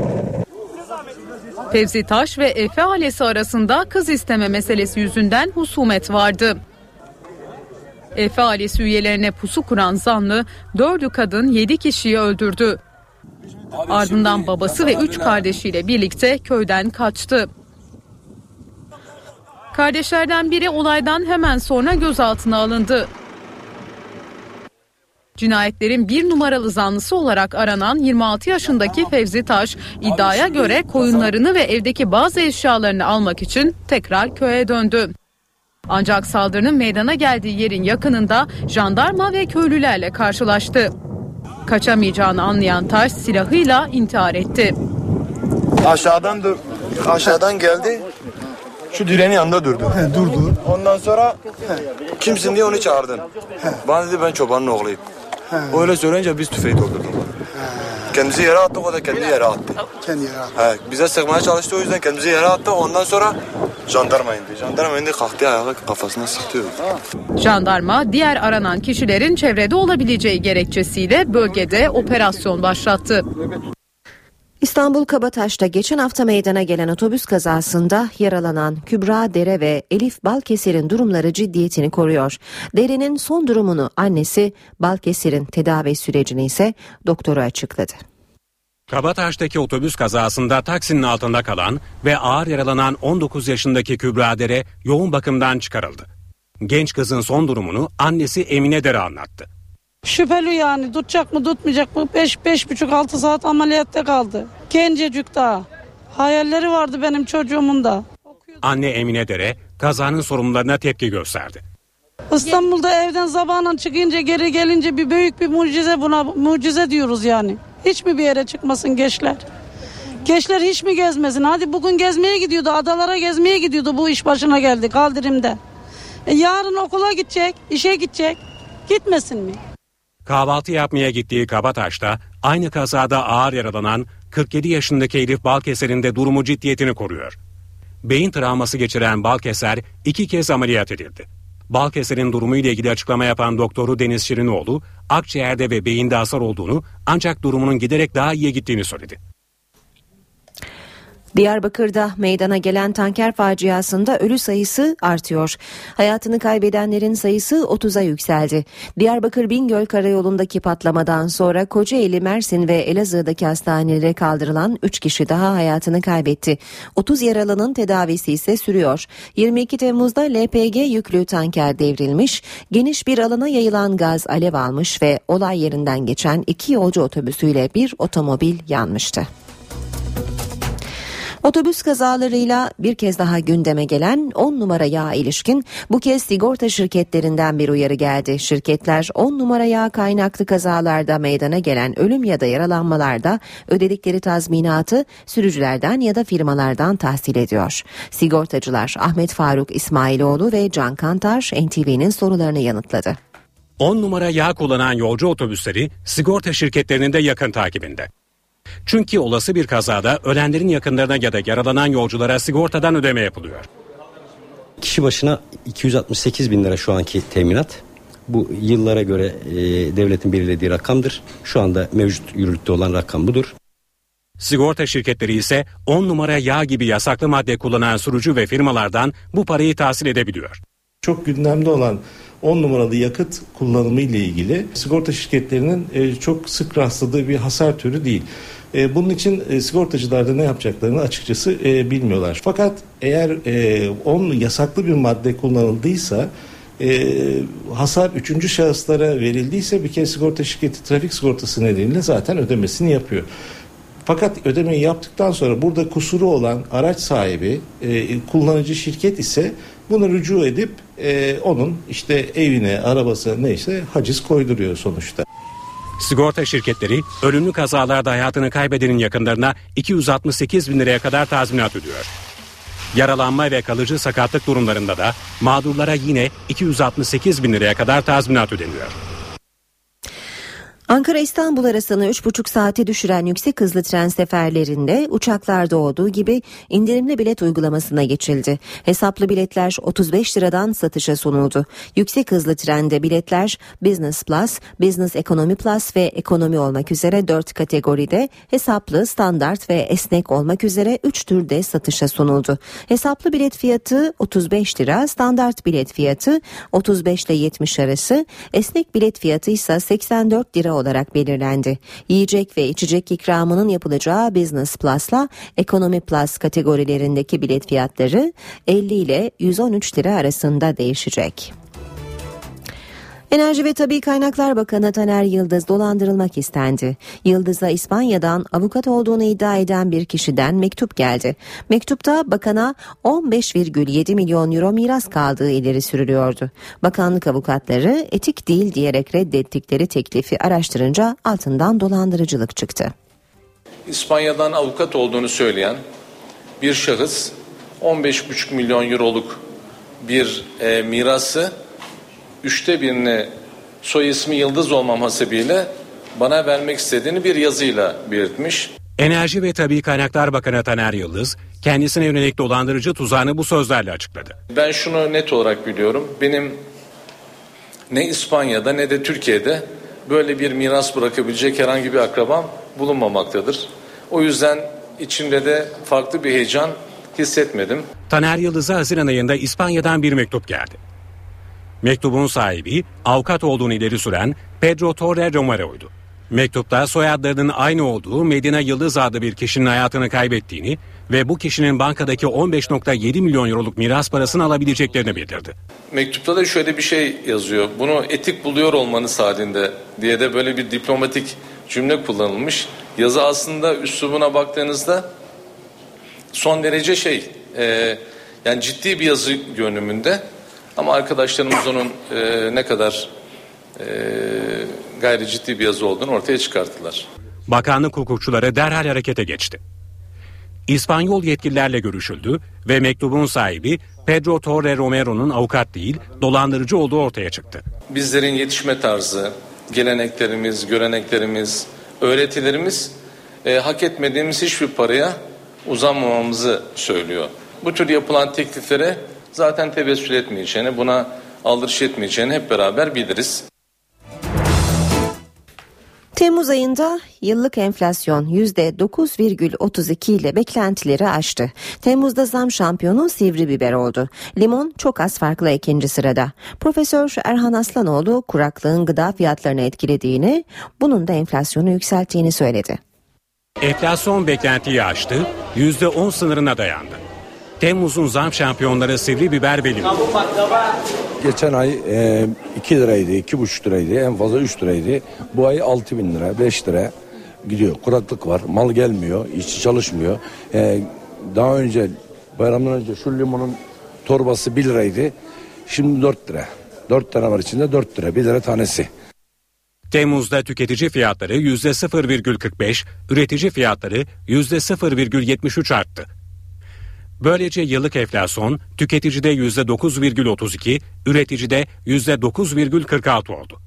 Fevzi Taş ve Efe ailesi arasında kız isteme meselesi yüzünden husumet vardı. Efe ailesi üyelerine pusu kuran zanlı dördü kadın yedi kişiyi öldürdü. Ardından babası ve üç kardeşiyle birlikte köyden kaçtı. Kardeşlerden biri olaydan hemen sonra gözaltına alındı. Cinayetlerin bir numaralı zanlısı olarak aranan yirmi altı yaşındaki Fevzi Taş iddiaya göre koyunlarını ve evdeki bazı eşyalarını almak için tekrar köye döndü. Ancak saldırının meydana geldiği yerin yakınında jandarma ve köylülerle karşılaştı. Kaçamayacağını anlayan Taş silahıyla intihar etti. Aşağıdan dur, aşağıdan geldi. Şu direnin yanında durdu. He, durdu. Ondan sonra kimsin diye onu çağırdın. He. Bana dedi ben çobanın oğluyum. He. Öyle söyleyince biz tüfeği doldurduk. Kendisi yere attı, o da kendi yere attı. Kendi yere attı. He, bize sıkmaya çalıştı, o yüzden kendisi yere attı. Ondan sonra jandarma indi. Jandarma indi, kalktı ayağa, kafasına sıktı. Jandarma diğer aranan kişilerin çevrede olabileceği gerekçesiyle bölgede operasyon başlattı. İstanbul Kabataş'ta geçen hafta meydana gelen otobüs kazasında yaralanan Kübra Dere ve Elif Balkeser'in durumları ciddiyetini koruyor. Dere'nin son durumunu annesi, Balkeser'in tedavi sürecini ise doktoru açıkladı. Kabataş'taki otobüs kazasında taksinin altında kalan ve ağır yaralanan on dokuz yaşındaki Kübra Dere yoğun bakımdan çıkarıldı. Genç kızın son durumunu annesi Emine Dere anlattı. Şüpheli yani, tutacak mı tutmayacak mı, beş beş buçuk altı saat ameliyatta kaldı. Gencecik daha. Hayalleri vardı benim çocuğumun da. Anne Emine Dere kazanın sorumlularına tepki gösterdi. İstanbul'da evden sabahına çıkınca geri gelince bir büyük bir mucize, buna mucize diyoruz yani. Hiç mi bir yere çıkmasın gençler? Gençler hiç mi gezmesin? Hadi bugün gezmeye gidiyordu, adalara gezmeye gidiyordu, bu iş başına geldi Kaldırım'da. E yarın okula gidecek, işe gidecek, gitmesin mi? Kahvaltı yapmaya gittiği Kabataş'ta aynı kazada ağır yaralanan kırk yedi yaşındaki Elif Balkeser'in de durumu ciddiyetini koruyor. Beyin travması geçiren Balkeser iki kez ameliyat edildi. Balkeser'in durumuyla ilgili açıklama yapan doktoru Deniz Şirinoğlu, akciğerde ve beyinde hasar olduğunu ancak durumunun giderek daha iyiye gittiğini söyledi. Diyarbakır'da meydana gelen tanker faciasında ölü sayısı artıyor. Hayatını kaybedenlerin sayısı otuza yükseldi. Diyarbakır Bingöl Karayolu'ndaki patlamadan sonra Kocaeli, Mersin ve Elazığ'daki hastanelere kaldırılan üç kişi daha hayatını kaybetti. otuz yaralının tedavisi ise sürüyor. yirmi iki Temmuz'da L P G yüklü tanker devrilmiş, geniş bir alana yayılan gaz alev almış ve olay yerinden geçen iki yolcu otobüsüyle bir otomobil yanmıştı. Otobüs kazalarıyla bir kez daha gündeme gelen on numara yağa ilişkin bu kez sigorta şirketlerinden bir uyarı geldi. Şirketler on numara yağ kaynaklı kazalarda meydana gelen ölüm ya da yaralanmalarda ödedikleri tazminatı sürücülerden ya da firmalardan tahsil ediyor. Sigortacılar Ahmet Faruk İsmailoğlu ve Can Kantar N T V'nin sorularını yanıtladı. on numara yağ kullanan yolcu otobüsleri sigorta şirketlerinin de yakın takibinde. Çünkü olası bir kazada ölenlerin yakınlarına ya da yaralanan yolculara sigortadan ödeme yapılıyor. Kişi başına iki yüz altmış sekiz bin lira şu anki teminat. Bu yıllara göre e, devletin belirlediği rakamdır. Şu anda mevcut yürürlükte olan rakam budur. Sigorta şirketleri ise on numara yağ gibi yasaklı madde kullanan sürücü ve firmalardan bu parayı tahsil edebiliyor. Çok gündemde olan on numaralı yakıt kullanımı ile ilgili sigorta şirketlerinin e, çok sık rastladığı bir hasar türü değil. E, bunun için e, sigortacılar da ne yapacaklarını açıkçası e, bilmiyorlar. Fakat eğer e, on yasaklı bir madde kullanıldıysa, e, hasar üçüncü şahıslara verildiyse bir kez sigorta şirketi trafik sigortası nedeniyle zaten ödemesini yapıyor. Fakat ödemeyi yaptıktan sonra burada kusuru olan araç sahibi, e, kullanıcı şirket ise bunu rücu edip e, onun işte evine, arabasına neyse haciz koyduruyor sonuçta. Sigorta şirketleri ölümlü kazalarda hayatını kaybedenin yakınlarına iki yüz altmış sekiz bin liraya kadar tazminat ödüyor. Yaralanma ve kalıcı sakatlık durumlarında da mağdurlara yine iki yüz altmış sekiz bin liraya kadar tazminat ödeniyor. Ankara-İstanbul arasını üç buçuk saate düşüren yüksek hızlı tren seferlerinde uçaklarda olduğu gibi indirimli bilet uygulamasına geçildi. Hesaplı biletler otuz beş liradan satışa sunuldu. Yüksek hızlı trende biletler Business Plus, Business Economy Plus ve Ekonomi olmak üzere dört kategoride, hesaplı, standart ve esnek olmak üzere üç türde satışa sunuldu. Hesaplı bilet fiyatı otuz beş lira, standart bilet fiyatı otuz beş ile yetmiş arası, esnek bilet fiyatı ise seksen dört lira olarak belirlendi. Yiyecek ve içecek ikramının yapılacağı Business Plus'la Economy Plus kategorilerindeki bilet fiyatları elli ile yüz on üç lira arasında değişecek. Enerji ve Tabii Kaynaklar Bakanı Taner Yıldız dolandırılmak istendi. Yıldız'a İspanya'dan avukat olduğunu iddia eden bir kişiden mektup geldi. Mektupta bakana on beş virgül yedi milyon euro miras kaldığı ileri sürülüyordu. Bakanlık avukatları etik değil diyerek reddettikleri teklifi araştırınca altından dolandırıcılık çıktı. İspanya'dan avukat olduğunu söyleyen bir şahıs on beş buçuk milyon euroluk bir e, mirası üçte birini soy ismi Yıldız olmam hasebiyle bana vermek istediğini bir yazıyla belirtmiş. Enerji ve Tabii Kaynaklar Bakanı Taner Yıldız kendisine yönelik dolandırıcı tuzağını bu sözlerle açıkladı. Ben şunu net olarak biliyorum. Benim ne İspanya'da ne de Türkiye'de böyle bir miras bırakabilecek herhangi bir akrabam bulunmamaktadır. O yüzden içimde de farklı bir heyecan hissetmedim. Taner Yıldız'a Haziran ayında İspanya'dan bir mektup geldi. Mektubun sahibi avukat olduğunu ileri süren Pedro Torre Romero'ydu. Mektupta soyadlarının aynı olduğu Medina Yıldız adlı bir kişinin hayatını kaybettiğini ve bu kişinin bankadaki on beş virgül yedi milyon euroluk miras parasını alabileceklerini bildirdi. Mektupta da şöyle bir şey yazıyor. Bunu etik buluyor olmanız halinde diye de böyle bir diplomatik cümle kullanılmış. Yazı aslında üslubuna baktığınızda son derece şey e, yani ciddi bir yazı görünümünde. Ama arkadaşlarımız onun e, ne kadar e, gayri ciddi bir yazı olduğunu ortaya çıkarttılar. Bakanlık hukukçuları derhal harekete geçti. İspanyol yetkililerle görüşüldü ve mektubun sahibi Pedro Torre Romero'nun avukat değil, dolandırıcı olduğu ortaya çıktı. Bizlerin yetişme tarzı, geleneklerimiz, göreneklerimiz, öğretilerimiz e, hak etmediğimiz hiçbir paraya uzanmamamızı söylüyor. Bu tür yapılan tekliflere zaten tevessül etmeyeceğini, buna aldırış etmeyeceğini hep beraber biliriz. Temmuz ayında yıllık enflasyon yüzde dokuz virgül otuz iki ile beklentileri aştı. Temmuz'da zam şampiyonu sivri biber oldu. Limon çok az farklı ikinci sırada. Profesör Erhan Aslanoğlu kuraklığın gıda fiyatlarını etkilediğini, bunun da enflasyonu yükselttiğini söyledi. Enflasyon beklentiyi aştı, yüzde on sınırına dayandı. Temmuz'un zam şampiyonları sivri biber ve limon. Geçen ay e, iki liraydı, iki buçuk liraydı, en fazla üç liraydı. Bu ay altı bin lira, beş lira gidiyor. Kuraklık var, mal gelmiyor, işçi çalışmıyor. E, daha önce, bayramdan önce şu limonun torbası bir liraydı, şimdi dört lira. dört tane var içinde, dört lira, bir lira tanesi. Temmuz'da tüketici fiyatları yüzde sıfır virgül kırk beş, üretici fiyatları yüzde sıfır virgül yetmiş üç arttı. Böylece yıllık enflasyon tüketicide yüzde dokuz virgül otuz iki, üreticide yüzde dokuz virgül kırk altı oldu.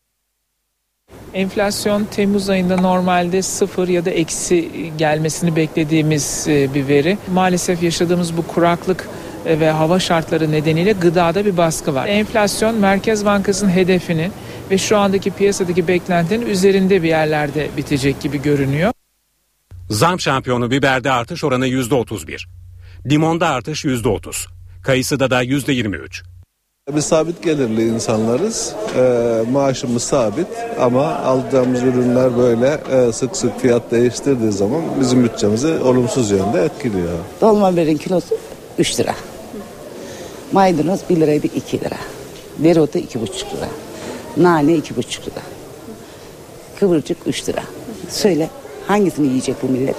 Enflasyon Temmuz ayında normalde sıfır ya da eksi gelmesini beklediğimiz bir veri. Maalesef yaşadığımız bu kuraklık ve hava şartları nedeniyle gıdada bir baskı var. Enflasyon Merkez Bankası'nın hedefinin ve şu andaki piyasadaki beklentinin üzerinde bir yerlerde bitecek gibi görünüyor. Zam şampiyonu biberde artış oranı yüzde otuz bir. Limonda artış yüzde otuz. Kayısıda da yüzde yirmi üç. Biz sabit gelirli insanlarız. E, maaşımız sabit ama alacağımız ürünler böyle e, sık sık fiyat değiştirdiği zaman bizim bütçemizi olumsuz yönde etkiliyor. Dolma biberin kilosu üç lira. Maydanoz bir liraydı iki lira. Dereotu iki buçuk lira. Nane iki buçuk lira. Kıvırcık üç lira. Söyle hangisini yiyecek bu millet?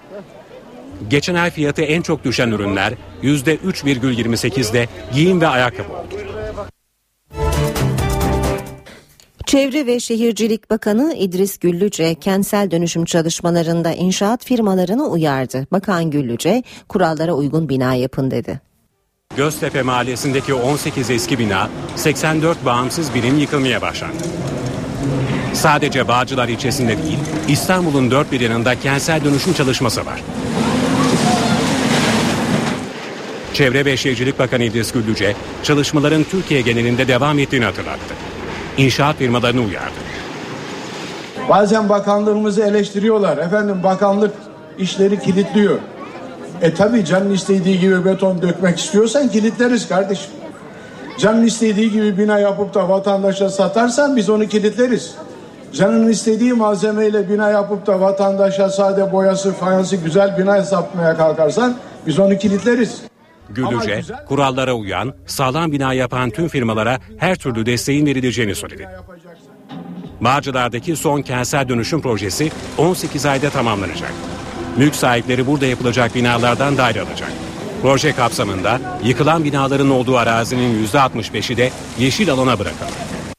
Geçen ay fiyatı en çok düşen ürünler yüzde üç virgül yirmi sekizde giyim ve ayakkabı oldu. Çevre ve Şehircilik Bakanı İdris Güllüce kentsel dönüşüm çalışmalarında inşaat firmalarını uyardı. Bakan Güllüce kurallara uygun bina yapın dedi. Göztepe Mahallesi'ndeki on sekiz eski bina, seksen dört bağımsız birim yıkılmaya başlandı. Sadece Bağcılar ilçesinde değil, İstanbul'un dört bir yanında kentsel dönüşüm çalışması var. Çevre ve Şehircilik Bakanı İdris Güllüce, çalışmaların Türkiye genelinde devam ettiğini hatırlattı. İnşaat firmalarını uyardı. Bazen bakanlığımızı eleştiriyorlar. Efendim bakanlık işleri kilitliyor. E tabi canın istediği gibi beton dökmek istiyorsan kilitleriz kardeşim. Canın istediği gibi bina yapıp da vatandaşa satarsan biz onu kilitleriz. Canın istediği malzemeyle bina yapıp da vatandaşa sade boyası, fayansı güzel bina satmaya kalkarsan biz onu kilitleriz. Güllüce, kurallara uyan, sağlam bina yapan tüm firmalara her türlü desteğin verileceğini söyledi. Bağcılar'daki son kentsel dönüşüm projesi on sekiz ayda tamamlanacak. Mülk sahipleri burada yapılacak binalardan daire alacak. Proje kapsamında yıkılan binaların olduğu arazinin yüzde altmış beşi de yeşil alana bırakıldı.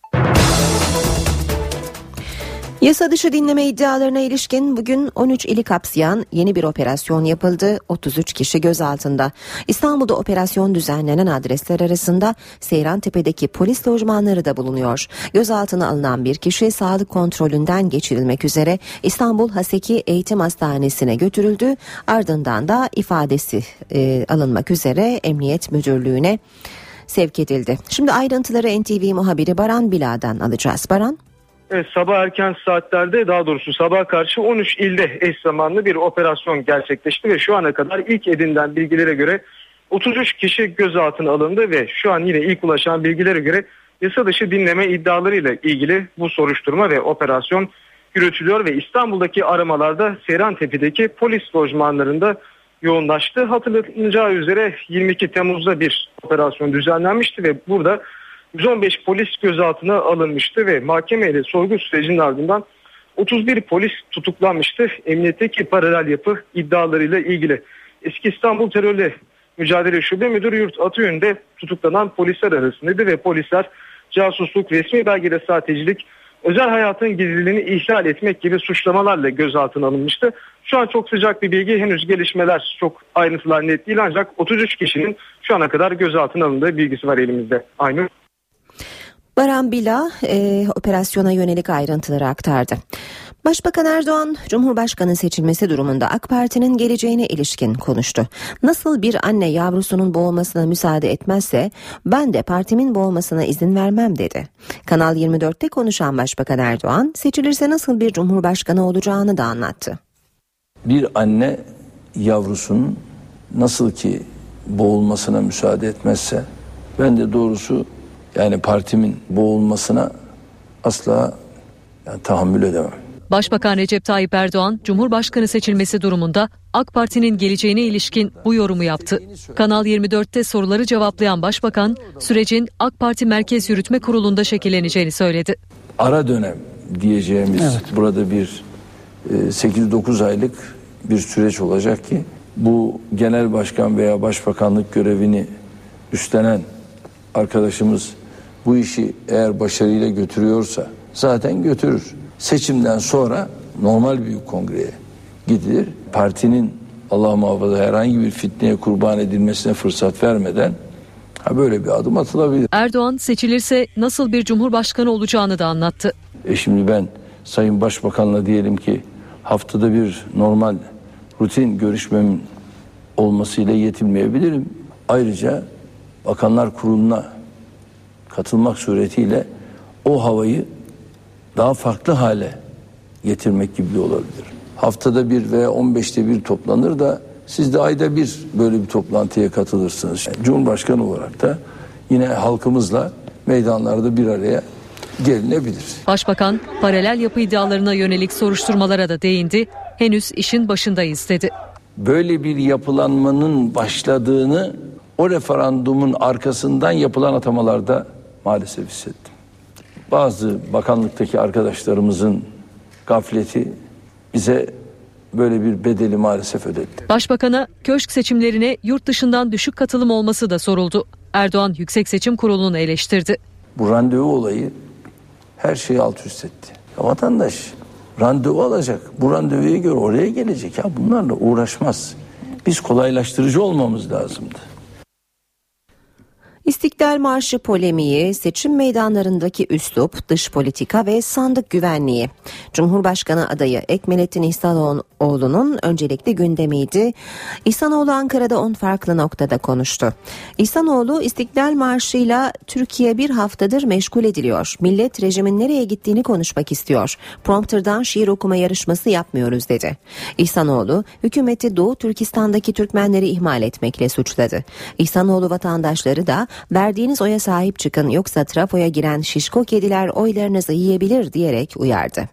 Yasa dışı dinleme iddialarına ilişkin bugün on üç ili kapsayan yeni bir operasyon yapıldı. otuz üç kişi gözaltında. İstanbul'da operasyon düzenlenen adresler arasında Seyrantepe'deki polis lojmanları da bulunuyor. Gözaltına alınan bir kişi sağlık kontrolünden geçirilmek üzere İstanbul Haseki Eğitim Hastanesi'ne götürüldü. Ardından da ifadesi e, alınmak üzere Emniyet Müdürlüğü'ne sevk edildi. Şimdi ayrıntıları N T V muhabiri Baran Bila'dan alacağız. Baran. Evet, sabah erken saatlerde, daha doğrusu sabah karşı on üç ilde eş zamanlı bir operasyon gerçekleşti ve şu ana kadar ilk edinilen bilgilere göre otuz üç kişi gözaltına alındı ve şu an yine ilk ulaşan bilgilere göre yasa dışı dinleme iddialarıyla ilgili bu soruşturma ve operasyon yürütülüyor ve İstanbul'daki aramalarda Seyrantepe'deki polis lojmanlarında yoğunlaştı. Hatırlanacağı üzere yirmi iki Temmuz'da bir operasyon düzenlenmişti ve burada yüz on beş polis gözaltına alınmıştı ve mahkemeyle sorgu sürecinin ardından otuz bir polis tutuklanmıştı. Emniyetteki paralel yapı iddialarıyla ilgili. Eski İstanbul Terörle Mücadele Şube Müdürü Yurt Atıyön'de tutuklanan polisler arasındaydı ve polisler casusluk, resmi belgede sahtecilik, özel hayatın gizliliğini ihlal etmek gibi suçlamalarla gözaltına alınmıştı. Şu an çok sıcak bir bilgi, henüz gelişmeler çok ayrıntılar net değil, ancak otuz üç kişinin şu ana kadar gözaltına alındığı bilgisi var elimizde. Aynı. Baran Bila e, operasyona yönelik ayrıntıları aktardı. Başbakan Erdoğan, Cumhurbaşkanı seçilmesi durumunda AK Parti'nin geleceğine ilişkin konuştu. Nasıl bir anne yavrusunun boğulmasına müsaade etmezse ben de partimin boğulmasına izin vermem dedi. Kanal yirmi dörtte konuşan Başbakan Erdoğan, seçilirse nasıl bir cumhurbaşkanı olacağını da anlattı. Bir anne yavrusunun nasıl ki boğulmasına müsaade etmezse ben de doğrusu yani partimin boğulmasına asla yani tahammül edemem. Başbakan Recep Tayyip Erdoğan, Cumhurbaşkanı seçilmesi durumunda AK Parti'nin geleceğine ilişkin bu yorumu yaptı. Kanal yirmi dörtte soruları cevaplayan Başbakan, sürecin AK Parti Merkez Yürütme Kurulu'nda şekilleneceğini söyledi. Ara dönem diyeceğimiz evet. Burada bir sekiz dokuz aylık bir süreç olacak ki bu genel başkan veya başbakanlık görevini üstlenen arkadaşımız bu işi eğer başarıyla götürüyorsa zaten götürür. Seçimden sonra normal büyük kongreye gidilir. Partinin Allah muhafaza herhangi bir fitneye kurban edilmesine fırsat vermeden ha böyle bir adım atılabilir. Erdoğan seçilirse nasıl bir cumhurbaşkanı olacağını da anlattı. E şimdi ben Sayın Başbakan'la diyelim ki haftada bir normal rutin görüşmemin olmasıyla yetinmeyebilirim. Ayrıca Bakanlar Kurulu'na katılmak suretiyle o havayı daha farklı hale getirmek gibi olabilir. Haftada bir veya on beşte bir toplanır da siz de ayda bir böyle bir toplantıya katılırsınız. Yani Cumhurbaşkanı olarak da yine halkımızla meydanlarda bir araya gelinebilir. Başbakan paralel yapı iddialarına yönelik soruşturmalara da değindi. Henüz işin başındayız dedi. Böyle bir yapılanmanın başladığını o referandumun arkasından yapılan atamalarda maalesef hissettim. Bazı bakanlıktaki arkadaşlarımızın gafleti bize böyle bir bedeli maalesef ödetti. Başbakan'a köşk seçimlerine yurt dışından düşük katılım olması da soruldu. Erdoğan Yüksek Seçim Kurulu'nu eleştirdi. Bu randevu olayı her şeyi alt üst etti. Ya vatandaş randevu alacak. Bu randevuya göre oraya gelecek. Ya bunlarla uğraşmaz. Biz kolaylaştırıcı olmamız lazımdı. İstiklal Marşı polemiği, seçim meydanlarındaki üslup, dış politika ve sandık güvenliği. Cumhurbaşkanı adayı Ekmelettin İhsanoğlu'nun öncelikli gündemiydi. İhsanoğlu Ankara'da on farklı noktada konuştu. İhsanoğlu, İstiklal Marşı'yla Türkiye bir haftadır meşgul ediliyor. Millet rejimin nereye gittiğini konuşmak istiyor. Prompter'dan şiir okuma yarışması yapmıyoruz dedi. İhsanoğlu, hükümeti Doğu Türkistan'daki Türkmenleri ihmal etmekle suçladı. İhsanoğlu vatandaşları da verdiğiniz oya sahip çıkın yoksa trafoya giren şişko kediler oylarınızı yiyebilir diyerek uyardı.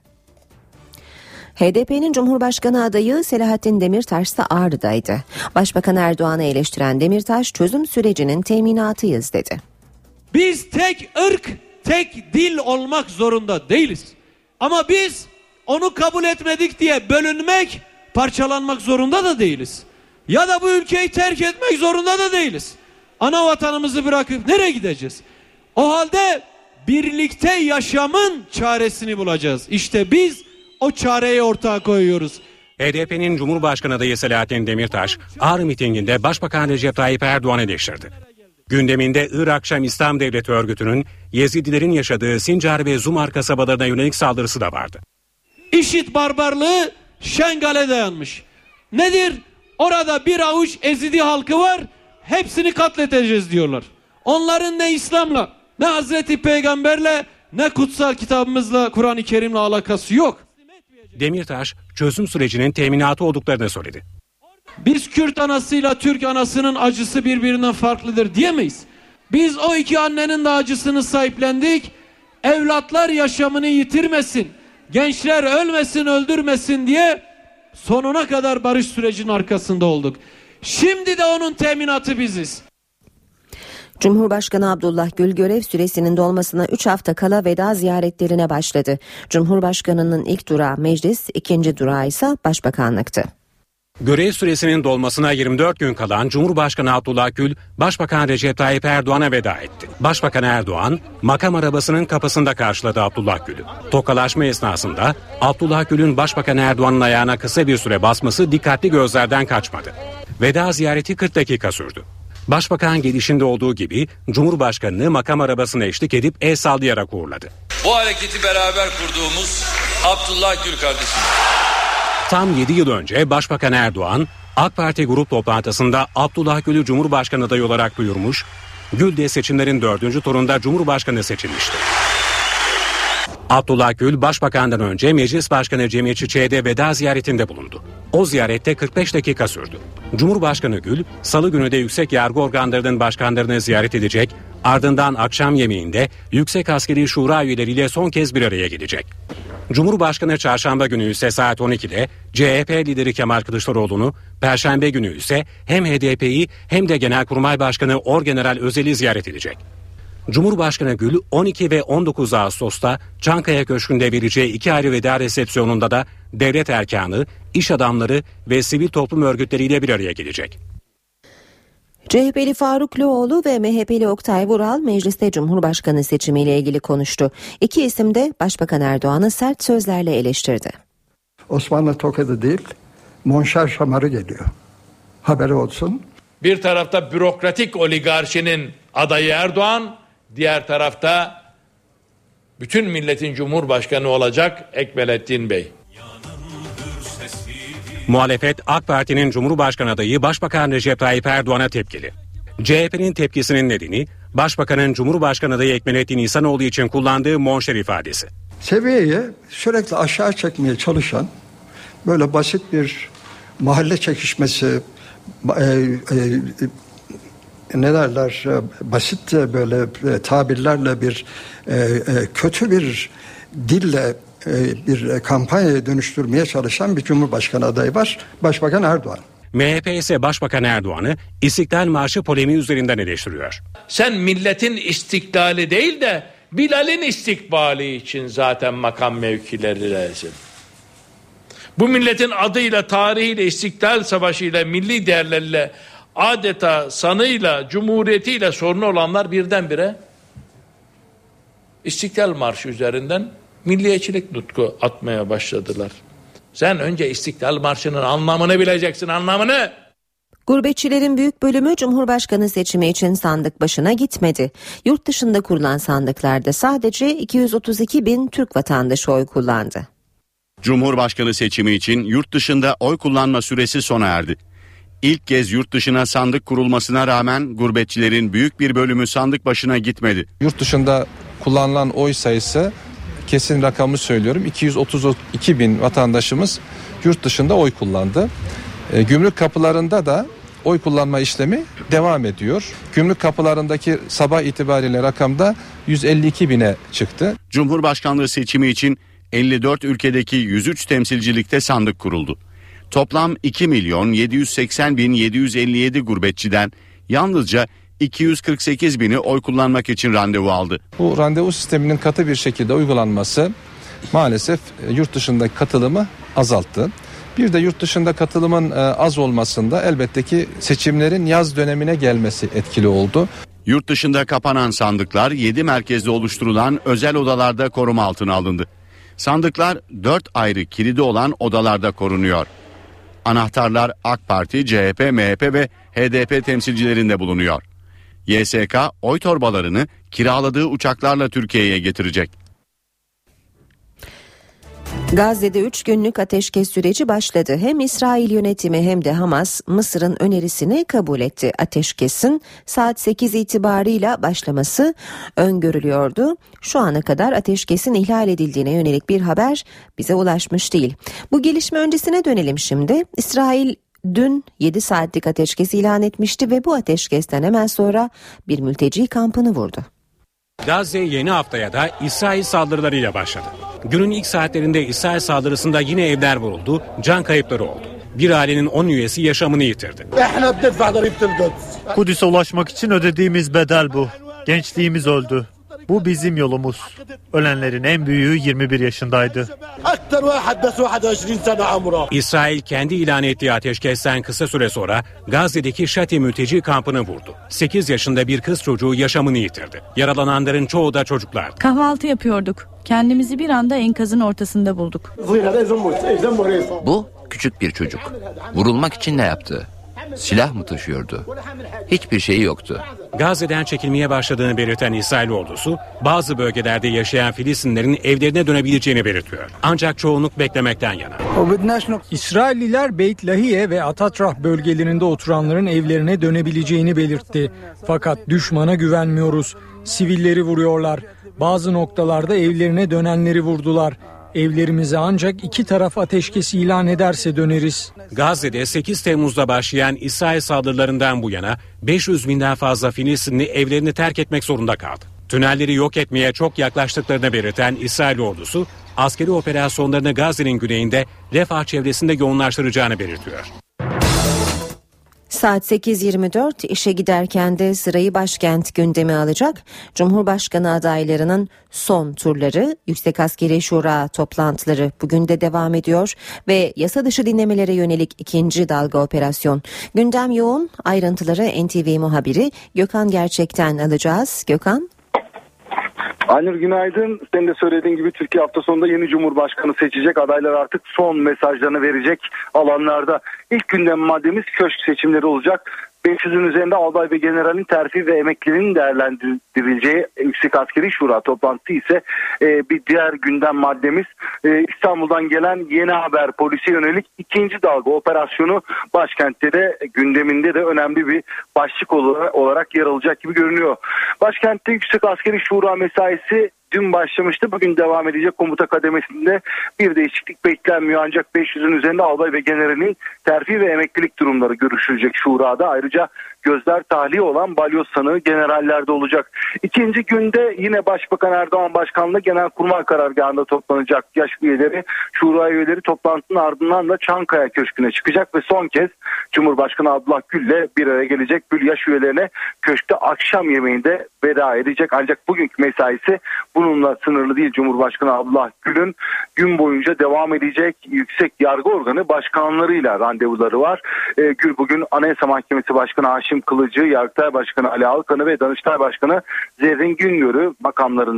H D P'nin Cumhurbaşkanı adayı Selahattin Demirtaş ise Ağrı'daydı. Başbakan Erdoğan'ı eleştiren Demirtaş, çözüm sürecinin teminatıyız dedi. Biz tek ırk, tek dil olmak zorunda değiliz. Ama biz onu kabul etmedik diye bölünmek, parçalanmak zorunda da değiliz. Ya da bu ülkeyi terk etmek zorunda da değiliz. Ana vatanımızı bırakıp nereye gideceğiz? O halde birlikte yaşamın çaresini bulacağız. İşte biz o çareyi ortaya koyuyoruz. H D P'nin Cumhurbaşkanı adayı Selahattin Demirtaş, Ağrı mitinginde Başbakan Recep Tayyip Erdoğan'ı eleştirdi. Gündeminde Irak Şam İslam Devleti örgütünün Yezidilerin yaşadığı Sincar ve Zumar kasabalarına yönelik saldırısı da vardı. İşit barbarlığı Şengal'e dayanmış. Nedir? Orada bir avuç Ezidi halkı var. Hepsini katledeceğiz diyorlar. Onların ne İslam'la, ne Hazreti Peygamber'le, ne kutsal kitabımızla, Kur'an-ı Kerim'le alakası yok. Demirtaş, çözüm sürecinin teminatı olduklarını söyledi. Biz Kürt anasıyla Türk anasının acısı birbirinden farklıdır diyemeyiz. Biz o iki annenin de acısını sahiplendik. Evlatlar yaşamını yitirmesin, gençler ölmesin, öldürmesin diye sonuna kadar barış sürecinin arkasında olduk. Şimdi de onun teminatı biziz. Cumhurbaşkanı Abdullah Gül görev süresinin dolmasına üç hafta kala veda ziyaretlerine başladı. Cumhurbaşkanının ilk durağı meclis, ikinci durağı ise başbakanlıktı. Görev süresinin dolmasına yirmi dört gün kalan Cumhurbaşkanı Abdullah Gül, Başbakan Recep Tayyip Erdoğan'a veda etti. Başbakan Erdoğan, makam arabasının kapısında karşıladı Abdullah Gül'ü. Tokalaşma esnasında Abdullah Gül'ün Başbakan Erdoğan'ın ayağına kısa bir süre basması dikkatli gözlerden kaçmadı. Veda ziyareti kırk dakika sürdü. Başbakan gelişinde olduğu gibi Cumhurbaşkanı'nı makam arabasına eşlik edip el sallayarak uğurladı. Bu hareketi beraber kurduğumuz Abdullah Gül kardeşim. Tam yedi yıl önce Başbakan Erdoğan, AK Parti grup toplantısında Abdullah Gül'ü Cumhurbaşkanı adayı olarak duyurmuş, Gül de seçimlerin dördüncü turunda Cumhurbaşkanı seçilmişti. Abdullah Gül, Başbakan'dan önce Meclis Başkanı Cemil Çiçek'e de veda ziyaretinde bulundu. O ziyarette kırk beş dakika sürdü. Cumhurbaşkanı Gül, Salı günü de yüksek yargı organlarının başkanlarını ziyaret edecek, ardından akşam yemeğinde Yüksek Askeri Şura üyeleriyle son kez bir araya gelecek. Cumhurbaşkanı Çarşamba günü ise saat on ikide C H P lideri Kemal Kılıçdaroğlu'nu, Perşembe günü ise hem H D P'yi hem de Genelkurmay Başkanı Orgeneral Özel'i ziyaret edecek. Cumhurbaşkanı Gül on iki ve on dokuz Ağustos'ta Çankaya Köşkü'nde vereceği iki ayrı veda resepsiyonunda da devlet erkanı, iş adamları ve sivil toplum örgütleriyle bir araya gelecek. C H P'li Faruk Loğlu ve M H P'li Oktay Vural mecliste Cumhurbaşkanı seçimiyle ilgili konuştu. İki isim de Başbakan Erdoğan'ı sert sözlerle eleştirdi. Osmanlı tokadı değil, monşer şamarı geliyor. Haberi olsun. Bir tarafta bürokratik oligarşinin adayı Erdoğan, diğer tarafta bütün milletin cumhurbaşkanı olacak Ekmelettin Bey. Muhalefet AK Parti'nin Cumhurbaşkanı adayı Başbakan Recep Tayyip Erdoğan'a tepkili. C H P'nin tepkisinin nedeni Başbakanın Cumhurbaşkanı adayı Ekmelettin İhsanoğlu için kullandığı monşer ifadesi. Seviyeyi sürekli aşağı çekmeye çalışan böyle basit bir mahalle çekişmesi, e, e, ne derler, basit böyle e, tabirlerle bir e, e, kötü bir dille e, bir kampanyaya dönüştürmeye çalışan bir Cumhurbaşkanı adayı var, Başbakan Erdoğan. M H P ise Başbakan Erdoğan'ı İstiklal Marşı polemiği üzerinden eleştiriyor. Sen milletin istiklali değil de Bilal'in istikbali için zaten makam mevkileri lazım. Bu milletin adıyla, tarihiyle, istiklal savaşıyla, milli değerleriyle, adeta sanıyla, cumhuriyetiyle sorunu olanlar birdenbire İstiklal Marşı üzerinden milliyetçilik nutku atmaya başladılar. Sen önce İstiklal Marşı'nın anlamını bileceksin, anlamını. Gurbetçilerin büyük bölümü Cumhurbaşkanı seçimi için sandık başına gitmedi. Yurt dışında kurulan sandıklarda sadece iki yüz otuz iki bin Türk vatandaşı oy kullandı. Cumhurbaşkanı seçimi için yurt dışında oy kullanma süresi sona erdi. İlk kez yurt dışına sandık kurulmasına rağmen gurbetçilerin büyük bir bölümü sandık başına gitmedi. Yurt dışında kullanılan oy sayısı, kesin rakamı söylüyorum, iki yüz otuz iki bin vatandaşımız yurt dışında oy kullandı. E, gümrük kapılarında da oy kullanma işlemi devam ediyor. Gümrük kapılarındaki sabah itibariyle rakamda yüz elli iki bine çıktı. Cumhurbaşkanlığı seçimi için elli dört ülkedeki yüz üç temsilcilikte sandık kuruldu. Toplam iki milyon yedi yüz seksen bin yedi yüz elli yedi gurbetçiden yalnızca iki yüz kırk sekiz bini oy kullanmak için randevu aldı. Bu randevu sisteminin katı bir şekilde uygulanması maalesef yurt dışındaki katılımı azalttı. Bir de yurt dışında katılımın az olmasında elbette ki seçimlerin yaz dönemine gelmesi etkili oldu. Yurt dışında kapanan sandıklar yedi merkezde oluşturulan özel odalarda koruma altına alındı. Sandıklar dört ayrı kilidi olan odalarda korunuyor. Anahtarlar AK Parti, C H P, M H P ve H D P temsilcilerinde bulunuyor. Y S K oy torbalarını kiraladığı uçaklarla Türkiye'ye getirecek. Gazze'de üç günlük ateşkes süreci başladı. Hem İsrail yönetimi hem de Hamas Mısır'ın önerisini kabul etti. Ateşkesin saat sekiz itibarıyla başlaması öngörülüyordu. Şu ana kadar ateşkesin ihlal edildiğine yönelik bir haber bize ulaşmış değil. Bu gelişme öncesine dönelim şimdi. İsrail dün yedi saatlik ateşkes ilan etmişti ve bu ateşkesten hemen sonra bir mülteci kampını vurdu. Gazze yeni haftaya da İsrail saldırılarıyla başladı. Günün ilk saatlerinde İsrail saldırısında yine evler vuruldu, can kayıpları oldu. Bir ailenin on üyesi yaşamını yitirdi. Kudüs'e ulaşmak için ödediğimiz bedel bu. Gençliğimiz öldü. Bu bizim yolumuz. Ölenlerin en büyüğü yirmi bir yaşındaydı. İsrail kendi ilan ettiği ateşkesten kısa süre sonra Gazze'deki Şati mülteci kampını vurdu. sekiz yaşında bir kız çocuğu yaşamını yitirdi. Yaralananların çoğu da çocuklardı. Kahvaltı yapıyorduk. Kendimizi bir anda enkazın ortasında bulduk. Bu küçük bir çocuk. Vurulmak için ne yaptı? Silah mı taşıyordu? Hiçbir şeyi yoktu. Gazze'den çekilmeye başladığını belirten İsrail ordusu bazı bölgelerde yaşayan Filistinlerin evlerine dönebileceğini belirtiyor. Ancak çoğunluk beklemekten yana. İsrailliler Beit Lahiye ve Atatrah bölgelerinde oturanların evlerine dönebileceğini belirtti. Fakat düşmana güvenmiyoruz. Sivilleri vuruyorlar. Bazı noktalarda evlerine dönenleri vurdular. Evlerimize ancak iki taraf ateşkes ilan ederse döneriz. Gazze'de sekiz Temmuz'da başlayan İsrail saldırılarından bu yana beş yüz binden fazla Filistinli evlerini terk etmek zorunda kaldı. Tünelleri yok etmeye çok yaklaştıklarını belirten İsrail ordusu askeri operasyonlarını Gazze'nin güneyinde Refah çevresinde yoğunlaştıracağını belirtiyor. Saat sekiz yirmi dört işe giderken de sırayı başkent gündemi alacak. Cumhurbaşkanı adaylarının son turları, Yüksek Askeri Şura toplantıları bugün de devam ediyor ve yasa dışı dinlemelere yönelik ikinci dalga operasyon. Gündem yoğun, ayrıntıları N T V muhabiri Gökhan Gerçek'ten alacağız. Gökhan. Aynur günaydın. Senin de söylediğin gibi Türkiye hafta sonunda yeni Cumhurbaşkanı seçecek. Adaylar artık son mesajlarını verecek alanlarda. İlk gündem maddemiz köşk seçimleri olacak. beş yüzün üzerinde albay ve generalin terfi ve emekliliğinin değerlendirileceği Yüksek Askeri Şura toplantısı ise e, bir diğer gündem maddemiz. E, İstanbul'dan gelen yeni haber, polise yönelik ikinci dalga operasyonu başkentte de gündeminde de önemli bir başlık olarak yer alacak gibi görünüyor. Başkentte Yüksek Askeri Şura mesaisi dün başlamıştı. Bugün devam edecek. Komuta kademesinde bir değişiklik beklenmiyor. Ancak beş yüzün üzerinde albay ve generalin terfi ve emeklilik durumları görüşülecek şurada. Ayrıca gözler tahliye olan balyoz sanığı generallerde olacak. İkinci günde yine Başbakan Erdoğan Başkanlığı Genelkurmay Karargahı'nda toplanacak yaş üyeleri, şura üyeleri toplantının ardından da Çankaya Köşkü'ne çıkacak ve son kez Cumhurbaşkanı Abdullah Gül'le bir araya gelecek. Gül yaş üyelerine köşkte akşam yemeğinde veda edecek. Ancak bugünkü mesaisi bununla sınırlı değil. Cumhurbaşkanı Abdullah Gül'ün gün boyunca devam edecek yüksek yargı organı başkanlarıyla randevuları var. Ee, Gül bugün Anayasa Mahkemesi Başkanı Haşim Kılıcı, Yargıtay Başkanı Ali Alkan'ı ve Danıştay Başkanı Zerrin Güngör'ü makamlarında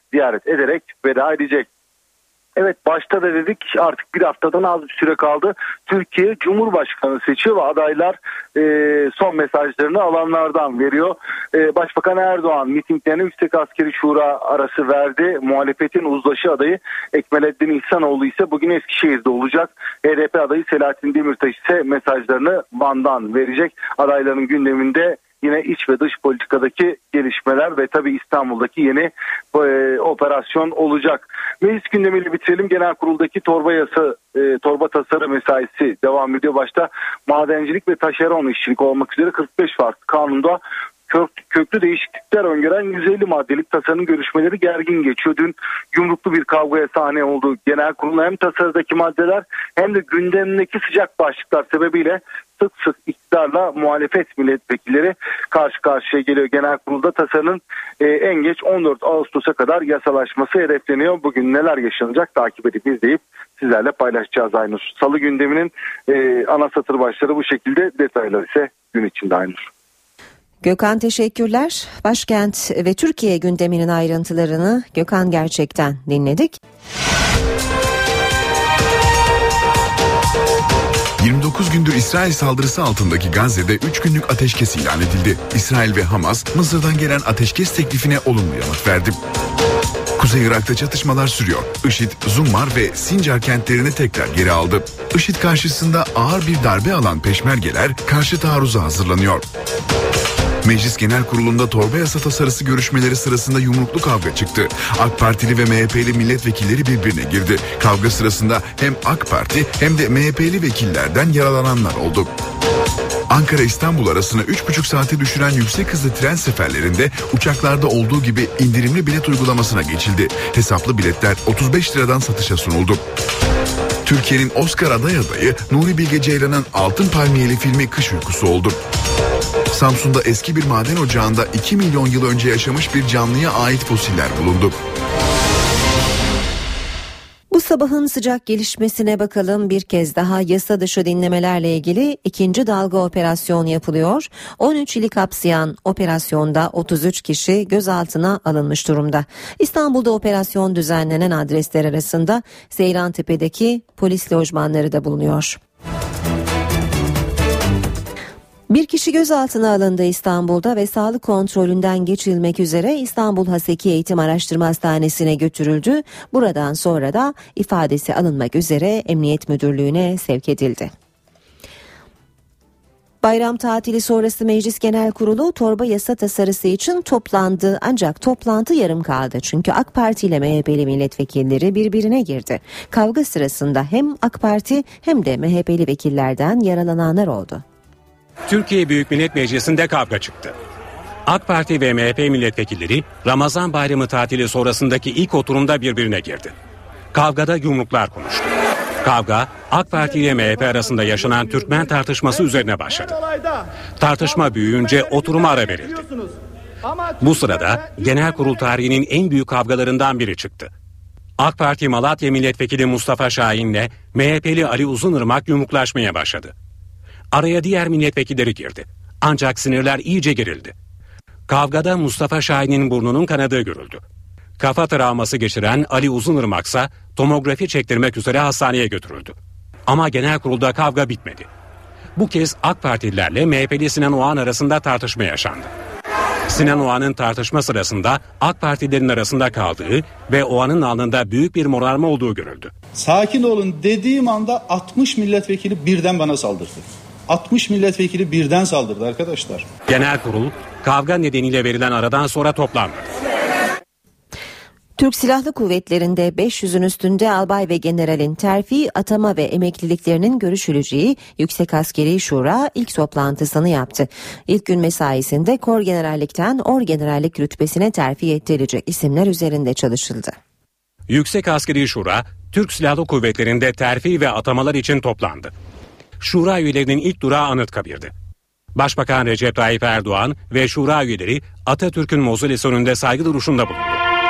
ziyaret ederek veda edecek. Evet, başta da dedik, artık bir haftadan az bir süre kaldı. Türkiye Cumhurbaşkanı seçiyor ve adaylar e, son mesajlarını alanlardan veriyor. E, Başbakan Erdoğan mitinglerine Yüksek Askeri Şura arası verdi. Muhalefetin uzlaşı adayı Ekmelettin İhsanoğlu ise bugün Eskişehir'de olacak. H D P adayı Selahattin Demirtaş ise mesajlarını Van'dan verecek. Adayların gündeminde yine iç ve dış politikadaki gelişmeler ve tabii İstanbul'daki yeni e, operasyon olacak. Meclis gündemiyle bitirelim. Genel kuruldaki torba yasa, e, torba tasarı mesaisi devam ediyor. Başta madencilik ve taşeron işçilik olmak üzere kırk beş farklı kanunda kök, köklü değişiklikler öngören yüz elli maddelik tasarının görüşmeleri gergin geçiyor. Dün yumruklu bir kavgaya sahne oldu genel kurulda. Hem tasarıdaki maddeler hem de gündemdeki sıcak başlıklar sebebiyle sık sık iktidarla muhalefet milletvekilleri karşı karşıya geliyor. Genel kurulda tasarının e, en geç on dört Ağustos'a kadar yasalaşması hedefleniyor. Bugün neler yaşanacak takip edip izleyip sizlerle paylaşacağız Aynur. Salı gündeminin e, ana satır başları bu şekilde, detaylar ise gün içinde Aynur. Gökhan teşekkürler. Başkent ve Türkiye gündeminin ayrıntılarını Gökhan Gerçek'ten dinledik. yirmi dokuz gündür İsrail saldırısı altındaki Gazze'de üç günlük ateşkes ilan edildi. İsrail ve Hamas, Mısır'dan gelen ateşkes teklifine olumlu yanıt verdi. Kuzey Irak'ta çatışmalar sürüyor. IŞİD, Zummar ve Sincar kentlerini tekrar geri aldı. IŞİD karşısında ağır bir darbe alan peşmergeler karşı taarruza hazırlanıyor. Meclis Genel Kurulu'nda torba yasa tasarısı görüşmeleri sırasında yumruklu kavga çıktı. AK Partili ve M H P'li milletvekilleri birbirine girdi. Kavga sırasında hem AK Parti hem de M H P'li vekillerden yaralananlar oldu. Ankara-İstanbul arasını üç buçuk saate düşüren yüksek hızlı tren seferlerinde uçaklarda olduğu gibi indirimli bilet uygulamasına geçildi. Hesaplı biletler otuz beş liradan satışa sunuldu. Türkiye'nin Oscar aday adayı Nuri Bilge Ceylan'ın Altın Palmiyeli filmi Kış Uykusu oldu. Samsun'da eski bir maden ocağında iki milyon yıl önce yaşamış bir canlıya ait fosiller bulundu. Bu sabahın sıcak gelişmesine bakalım bir kez daha. Yasa dışı dinlemelerle ilgili ikinci dalga operasyon yapılıyor. on üç ili kapsayan operasyonda otuz üç kişi gözaltına alınmış durumda. İstanbul'da operasyon düzenlenen adresler arasında Seyrantepe'deki polis lojmanları da bulunuyor. Bir kişi gözaltına alındı İstanbul'da ve sağlık kontrolünden geçilmek üzere İstanbul Haseki Eğitim Araştırma Hastanesi'ne götürüldü. Buradan sonra da ifadesi alınmak üzere Emniyet Müdürlüğü'ne sevk edildi. Bayram tatili sonrası Meclis Genel Kurulu torba yasa tasarısı için toplandı. Ancak toplantı yarım kaldı. Çünkü AK Parti ile M H P'li milletvekilleri birbirine girdi. Kavga sırasında hem AK Parti hem de M H P'li vekillerden yaralananlar oldu. Türkiye Büyük Millet Meclisi'nde kavga çıktı. AK Parti ve M H P milletvekilleri Ramazan Bayramı tatili sonrasındaki ilk oturumda birbirine girdi. Kavgada yumruklar konuştu. Kavga AK Parti ile M H P arasında yaşanan Türkmen tartışması üzerine başladı. Tartışma büyüyünce oturuma ara verildi. Bu sırada genel kurul tarihinin en büyük kavgalarından biri çıktı. AK Parti Malatya Milletvekili Mustafa Şahin'le M H P'li Ali Uzunırmak yumruklaşmaya başladı. Araya diğer milletvekilleri girdi. Ancak sinirler iyice gerildi. Kavgada Mustafa Şahin'in burnunun kanadığı görüldü. Kafa travması geçiren Ali Uzunırmak ise tomografi çektirmek üzere hastaneye götürüldü. Ama genel kurulda kavga bitmedi. Bu kez AK Partililerle M H P'li Sinan Oğan arasında tartışma yaşandı. Sinan Oğan'ın tartışma sırasında AK Partililerin arasında kaldığı ve Oğan'ın alnında büyük bir morarma olduğu görüldü. Sakin olun dediğim anda altmış milletvekili birden bana saldırdı. altmış milletvekili birden saldırdı arkadaşlar. Genel kurul kavga nedeniyle verilen aradan sonra toplandı. Türk Silahlı Kuvvetleri'nde beş yüzün üstünde albay ve generalin terfi, atama ve emekliliklerinin görüşüleceği Yüksek Askeri Şura ilk toplantısını yaptı. İlk gün mesaisinde kor generallikten orgenerallik rütbesine terfi ettirilecek isimler üzerinde çalışıldı. Yüksek Askeri Şura, Türk Silahlı Kuvvetleri'nde terfi ve atamalar için toplandı. Şura üyelerinin ilk durağı Anıtkabir'di. Başbakan Recep Tayyip Erdoğan ve Şura üyeleri Atatürk'ün mozolesi önünde saygı duruşunda bulundu.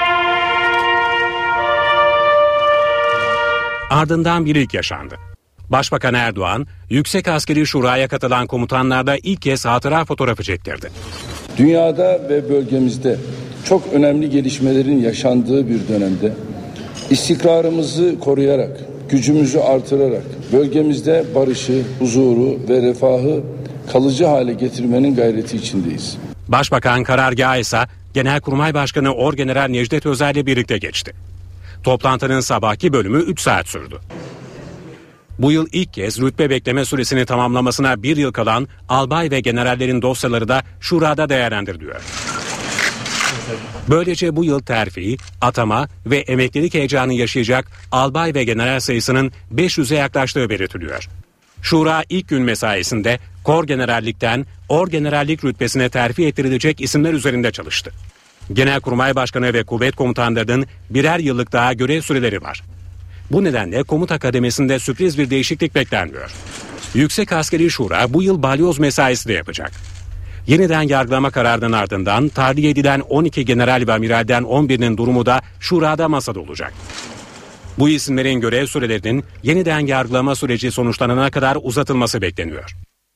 Ardından bir ilk yaşandı. Başbakan Erdoğan, Yüksek Askeri Şura'ya katılan komutanlarda ilk kez hatıra fotoğrafı çektirdi. Dünyada ve bölgemizde çok önemli gelişmelerin yaşandığı bir dönemde istikrarımızı koruyarak, gücümüzü artırarak bölgemizde barışı, huzuru ve refahı kalıcı hale getirmenin gayreti içindeyiz. Başbakan karargahı ise Genelkurmay Başkanı Orgeneral Necdet Özel ile birlikte geçti. Toplantının sabahki bölümü üç saat sürdü. Bu yıl ilk kez rütbe bekleme süresini tamamlamasına bir yıl kalan albay ve generallerin dosyaları da şurada değerlendiriliyor. Böylece bu yıl terfi, atama ve emeklilik heyecanı yaşayacak albay ve general sayısının beş yüze yaklaştığı belirtiliyor. Şura ilk gün mesaisinde kor generallikten orgenerallik rütbesine terfi ettirilecek isimler üzerinde çalıştı. Genelkurmay Başkanı ve kuvvet komutanlarının birer yıllık daha görev süreleri var. Bu nedenle komuta kademesinde sürpriz bir değişiklik beklenmiyor. Yüksek Askeri Şura bu yıl balyoz mesaisi de yapacak. Yeniden yargılama kararının ardından tahliye edilen on iki general ve amiralden on birinin durumu da şurada masada olacak. Bu isimlerin görev sürelerinin yeniden yargılama süreci sonuçlanana kadar uzatılması bekleniyor.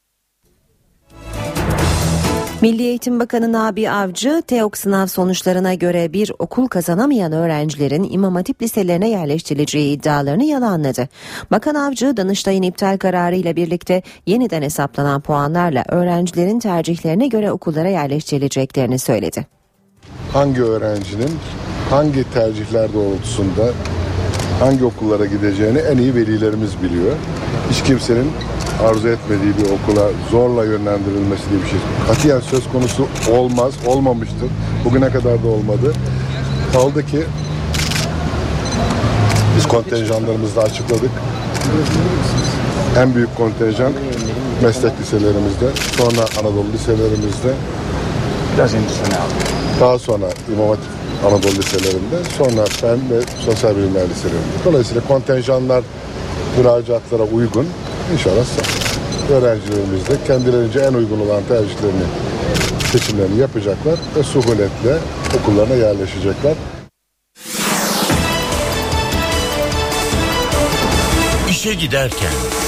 Milli Eğitim Bakanı Nabi Avcı, TEOK sınav sonuçlarına göre bir okul kazanamayan öğrencilerin İmam Hatip liselerine yerleştirileceği iddialarını yalanladı. Bakan Avcı, Danıştay'ın iptal kararı ile birlikte yeniden hesaplanan puanlarla öğrencilerin tercihlerine göre okullara yerleştirileceklerini söyledi. Hangi öğrencinin hangi tercihler doğrultusunda hangi okullara gideceğini en iyi velilerimiz biliyor. Hiç kimsenin arzu etmediği bir okula zorla yönlendirilmesi diye bir şey katiyen söz konusu olmaz, olmamıştır. Bugüne kadar da olmadı. Kaldı ki biz kontenjanlarımızı da açıkladık. En büyük kontenjan meslek liselerimizde, sonra Anadolu liselerimizde, daha sonra İmam Hatip Anadolu liselerinde, sonra fen ve sosyal bilimler liselerinde. Dolayısıyla kontenjanlar müracaatlara uygun. İnşallah öğrencilerimiz de kendilerince en uygun olan tercihlerini, seçimlerini yapacaklar ve suhuletle okullarına yerleşecekler. İşe giderken.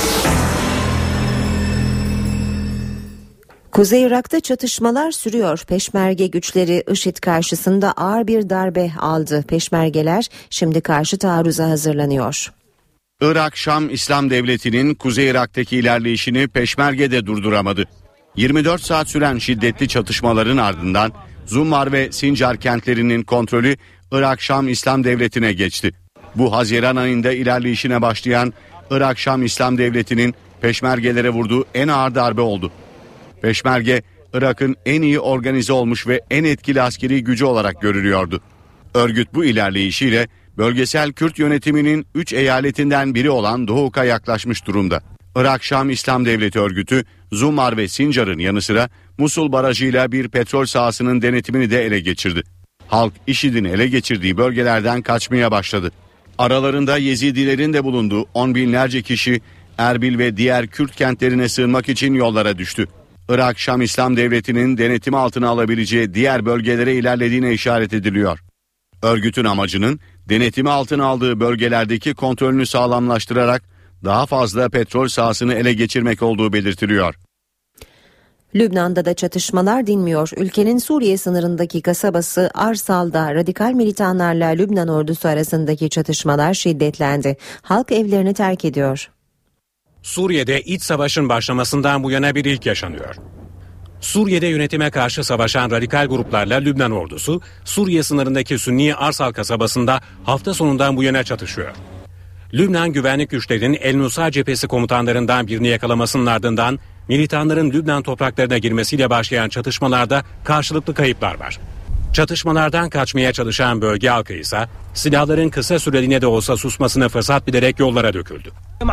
Kuzey Irak'ta çatışmalar sürüyor. Peşmerge güçleri IŞİD karşısında ağır bir darbe aldı. Peşmergeler şimdi karşı taarruza hazırlanıyor. Irak-Şam İslam Devleti'nin Kuzey Irak'taki ilerleyişini Peşmerge'de durduramadı. yirmi dört saat süren şiddetli çatışmaların ardından Zummar ve Sincar kentlerinin kontrolü Irak-Şam İslam Devleti'ne geçti. Bu Haziran ayında ilerleyişine başlayan Irak-Şam İslam Devleti'nin Peşmergelere vurduğu en ağır darbe oldu. Peşmerge, Irak'ın en iyi organize olmuş ve en etkili askeri gücü olarak görülüyordu. Örgüt bu ilerleyişiyle bölgesel Kürt yönetiminin üç eyaletinden biri olan Doğuk'a yaklaşmış durumda. Irak-Şam İslam Devleti örgütü, Zummar ve Sincar'ın yanı sıra Musul barajıyla bir petrol sahasının denetimini de ele geçirdi. Halk IŞİD'in ele geçirdiği bölgelerden kaçmaya başladı. Aralarında Yezidilerin de bulunduğu on binlerce kişi Erbil ve diğer Kürt kentlerine sığınmak için yollara düştü. Irak-Şam İslam Devleti'nin denetimi altına alabileceği diğer bölgelere ilerlediğine işaret ediliyor. Örgütün amacının denetimi altına aldığı bölgelerdeki kontrolünü sağlamlaştırarak daha fazla petrol sahasını ele geçirmek olduğu belirtiliyor. Lübnan'da da çatışmalar dinmiyor. Ülkenin Suriye sınırındaki kasabası Arsal'da radikal militanlarla Lübnan ordusu arasındaki çatışmalar şiddetlendi. Halk evlerini terk ediyor. Suriye'de iç savaşın başlamasından bu yana bir ilk yaşanıyor. Suriye'de yönetime karşı savaşan radikal gruplarla Lübnan ordusu, Suriye sınırındaki Sünni Arsal kasabasında hafta sonundan bu yana çatışıyor. Lübnan güvenlik güçlerinin El Nusra cephesi komutanlarından birini yakalamasının ardından militanların Lübnan topraklarına girmesiyle başlayan çatışmalarda karşılıklı kayıplar var. Çatışmalardan kaçmaya çalışan bölge halkı ise silahların kısa süreliğine de olsa susmasını fırsat bilerek yollara döküldü.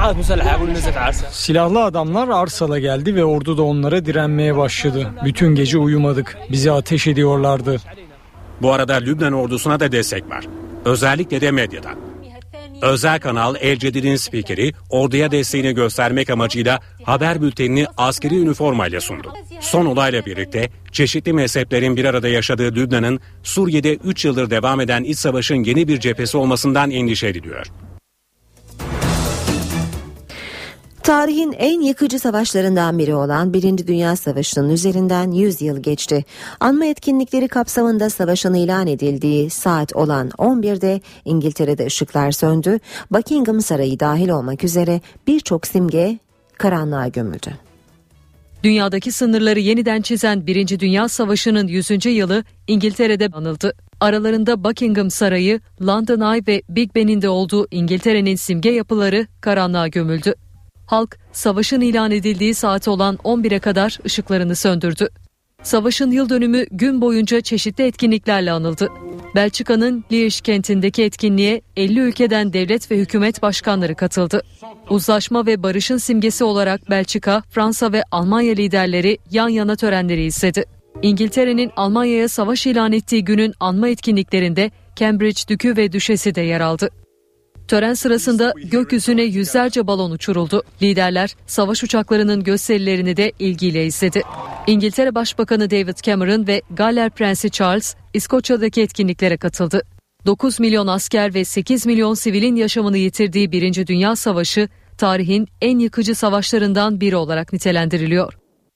Silahlı adamlar Arsal'a geldi ve ordu da onlara direnmeye başladı. Bütün gece uyumadık. Bizi ateş ediyorlardı. Bu arada Lübnan ordusuna da destek var. Özellikle de medyadan. Özel kanal El Cedid'in spikeri orduya desteğini göstermek amacıyla haber bültenini askeri üniformayla sundu. Son olayla birlikte çeşitli mezheplerin bir arada yaşadığı Lübnan'ın Suriye'de üç yıldır devam eden iç savaşın yeni bir cephesi olmasından endişe ediliyor. Tarihin en yıkıcı savaşlarından biri olan Birinci Dünya Savaşı'nın üzerinden yüz yıl geçti. Anma etkinlikleri kapsamında savaşın ilan edildiği saat olan on birde İngiltere'de ışıklar söndü. Buckingham Sarayı dahil olmak üzere birçok simge karanlığa gömüldü. Dünyadaki sınırları yeniden çizen Birinci Dünya Savaşı'nın yüzüncü yılı İngiltere'de anıldı. Aralarında Buckingham Sarayı, London Eye ve Big Ben'in de olduğu İngiltere'nin simge yapıları karanlığa gömüldü. Halk, savaşın ilan edildiği saat olan on bire kadar ışıklarını söndürdü. Savaşın yıl dönümü gün boyunca çeşitli etkinliklerle anıldı. Belçika'nın Liège kentindeki etkinliğe elli ülkeden devlet ve hükümet başkanları katıldı. Uzlaşma ve barışın simgesi olarak Belçika, Fransa ve Almanya liderleri yan yana törenleri izledi. İngiltere'nin Almanya'ya savaş ilan ettiği günün anma etkinliklerinde Cambridge Dükü ve Düşesi de yer aldı. Tören sırasında gökyüzüne yüzlerce balon uçuruldu. Liderler savaş uçaklarının gösterilerini de ilgiyle izledi. İngiltere Başbakanı David Cameron ve Galler Prensi Charles İskoçya'daki etkinliklere katıldı. dokuz milyon asker ve sekiz milyon sivilin yaşamını yitirdiği Birinci Dünya Savaşı tarihin en yıkıcı savaşlarından biri olarak nitelendiriliyor.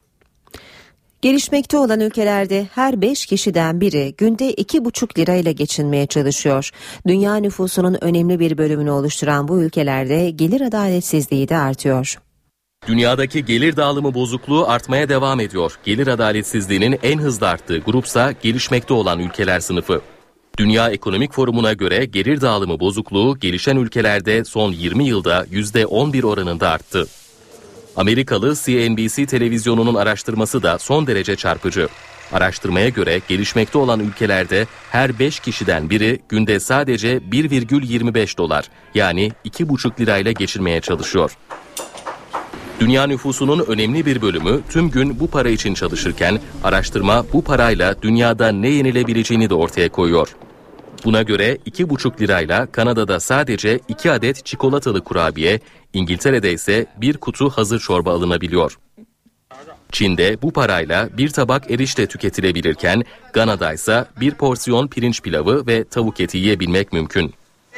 Gelişmekte olan ülkelerde her beş kişiden biri günde iki buçuk lirayla geçinmeye çalışıyor. Dünya nüfusunun önemli bir bölümünü oluşturan bu ülkelerde gelir adaletsizliği de artıyor. Dünyadaki gelir dağılımı bozukluğu artmaya devam ediyor. Gelir adaletsizliğinin en hızlı arttığı grupsa gelişmekte olan ülkeler sınıfı. Dünya Ekonomik Forumu'na göre gelir dağılımı bozukluğu gelişen ülkelerde son yirmi yılda yüzde on bir oranında arttı. Amerikalı C N B C televizyonunun araştırması da son derece çarpıcı. Araştırmaya göre gelişmekte olan ülkelerde her beş kişiden biri günde sadece bir virgül yirmi beş dolar yani iki buçuk lirayla geçirmeye çalışıyor. Dünya nüfusunun önemli bir bölümü tüm gün bu para için çalışırken araştırma bu parayla dünyada ne yenilebileceğini de ortaya koyuyor. Buna göre iki buçuk lirayla Kanada'da sadece iki adet çikolatalı kurabiye, İngiltere'de ise bir kutu hazır çorba alınabiliyor. Çin'de bu parayla bir tabak erişte tüketilebilirken Gana'da ise bir porsiyon pirinç pilavı ve tavuk eti yiyebilmek mümkün.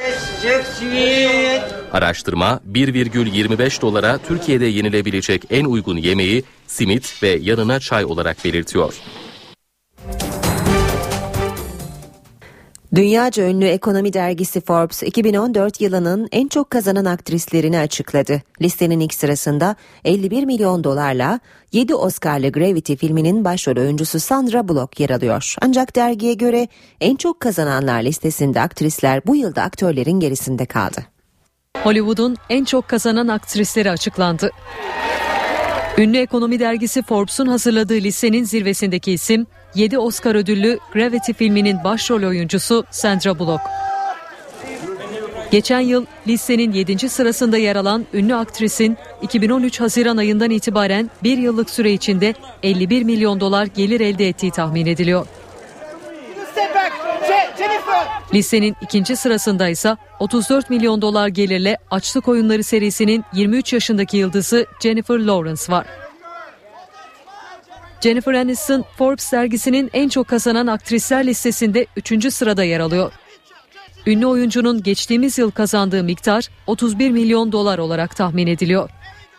Araştırma bir virgül yirmi beş dolara Türkiye'de yenilebilecek en uygun yemeği simit ve yanına çay olarak belirtiyor. Dünyaca ünlü ekonomi dergisi Forbes iki bin on dört yılının en çok kazanan aktrislerini açıkladı. Listenin ilk sırasında elli bir milyon dolarla yedi Oscar'lı Gravity filminin başrol oyuncusu Sandra Bullock yer alıyor. Ancak dergiye göre en çok kazananlar listesinde aktrisler bu yılda aktörlerin gerisinde kaldı. Hollywood'un en çok kazanan aktrisleri açıklandı. Ünlü ekonomi dergisi Forbes'un hazırladığı listenin zirvesindeki isim yedi Oscar ödüllü Gravity filminin başrol oyuncusu Sandra Bullock. Geçen yıl listenin yedinci sırasında yer alan ünlü aktrisin iki bin on üç Haziran ayından itibaren bir yıllık süre içinde elli bir milyon dolar gelir elde ettiği tahmin ediliyor. Listenin ikinci sırasında ise otuz dört milyon dolar gelirle Açlık Oyunları serisinin yirmi üç yaşındaki yıldızı Jennifer Lawrence var. Jennifer Aniston, Forbes dergisinin en çok kazanan aktrisler listesinde üçüncü sırada yer alıyor. Ünlü oyuncunun geçtiğimiz yıl kazandığı miktar otuz bir milyon dolar olarak tahmin ediliyor.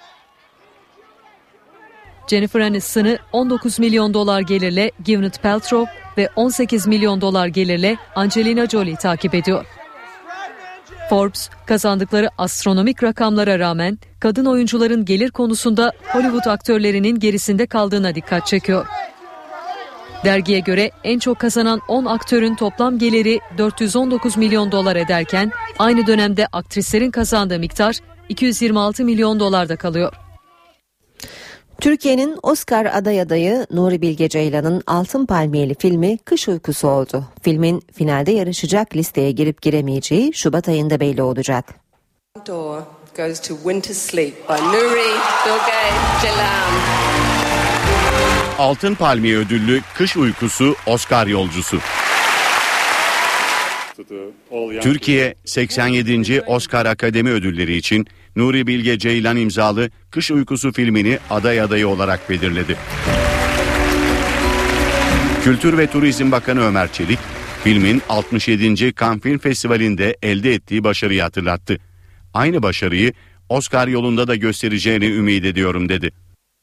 Jennifer Aniston'ı on dokuz milyon dolar gelirle Gwyneth Paltrow ve on sekiz milyon dolar gelirle Angelina Jolie takip ediyor. Forbes, kazandıkları astronomik rakamlara rağmen kadın oyuncuların gelir konusunda Hollywood aktörlerinin gerisinde kaldığına dikkat çekiyor. Dergiye göre en çok kazanan on aktörün toplam geliri dört yüz on dokuz milyon dolar ederken aynı dönemde aktrislerin kazandığı miktar iki yüz yirmi altı milyon dolarda kalıyor. Türkiye'nin Oscar aday adayı Nuri Bilge Ceylan'ın Altın Palmiyeli filmi Kış Uykusu oldu. Filmin finalde yarışacak listeye girip giremeyeceği Şubat ayında belli olacak. Goes to Winter Sleep by Nuri Bilge Ceylan. Altın Palmiye ödüllü Kış Uykusu Oscar yolcusu. Türkiye seksen yedinci Oscar Akademi Ödülleri için Nuri Bilge Ceylan imzalı Kış Uykusu filmini aday adayı olarak belirledi. Kültür ve Turizm Bakanı Ömer Çelik, filmin altmış yedinci Cannes Film Festivali'nde elde ettiği başarıyı hatırlattı. Aynı başarıyı Oscar yolunda da göstereceğini ümit ediyorum dedi.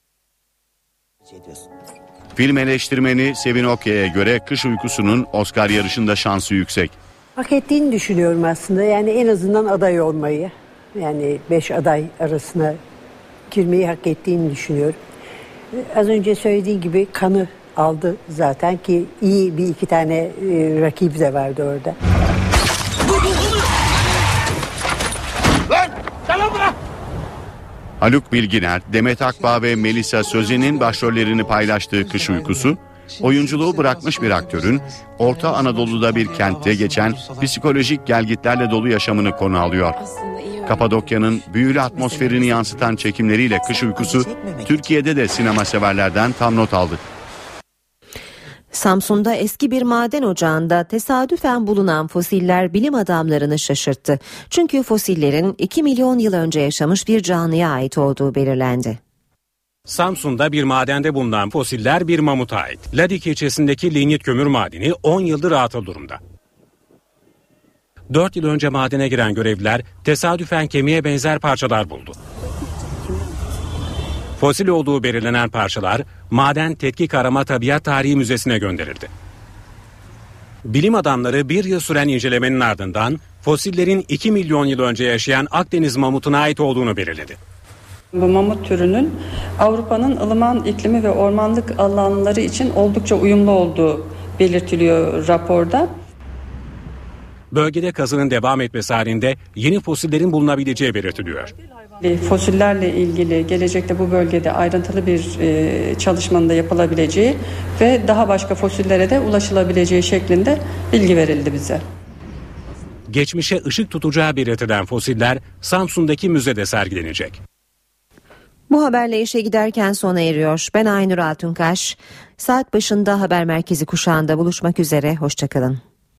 Film eleştirmeni Sevin Okya'ya göre Kış Uykusu'nun Oscar yarışında şansı yüksek. Hak ettiğini düşünüyorum aslında. Yani en azından aday olmayı, yani beş aday arasına girmeyi hak ettiğini düşünüyorum. Az önce söylediğim gibi kanı aldı zaten ki iyi bir iki tane e, rakip de vardı orada. Haluk Bilginer, Demet Akbağ ve Melisa Sözen'in başrollerini paylaştığı Kış Uykusu, oyunculuğu bırakmış bir aktörün Orta Anadolu'da bir kentte geçen psikolojik gelgitlerle dolu yaşamını konu alıyor. Kapadokya'nın büyülü atmosferini yansıtan çekimleriyle Kış Uykusu, Türkiye'de de sinema severlerden tam not aldı. Samsun'da eski bir maden ocağında tesadüfen bulunan fosiller bilim adamlarını şaşırttı. Çünkü fosillerin iki milyon yıl önce yaşamış bir canlıya ait olduğu belirlendi. Samsun'da bir madende bulunan fosiller bir mamuta ait. Ladik ilçesindeki lignit kömür madeni on yıldır atıl durumda. dört yıl önce madene giren görevliler tesadüfen kemiğe benzer parçalar buldu. Fosil olduğu belirlenen parçalar Maden Tetkik Arama Tabiat Tarihi Müzesi'ne gönderildi. Bilim adamları bir yıl süren incelemenin ardından fosillerin iki milyon yıl önce yaşayan Akdeniz mamutuna ait olduğunu belirledi. Bu mamut türünün Avrupa'nın ılıman iklimi ve ormanlık alanları için oldukça uyumlu olduğu belirtiliyor raporda. Bölgede kazının devam etmesi halinde yeni fosillerin bulunabileceği belirtiliyor. Fosillerle ilgili gelecekte bu bölgede ayrıntılı bir e, çalışmanın da yapılabileceği ve daha başka fosillere de ulaşılabileceği şeklinde bilgi verildi bize. Geçmişe ışık tutacağı belirtilen fosiller Samsun'daki müzede sergilenecek. Bu haberle işe giderken sona eriyor. Ben Aynur Altunkaş. Saat başında haber merkezi kuşağında buluşmak üzere. Hoşçakalın.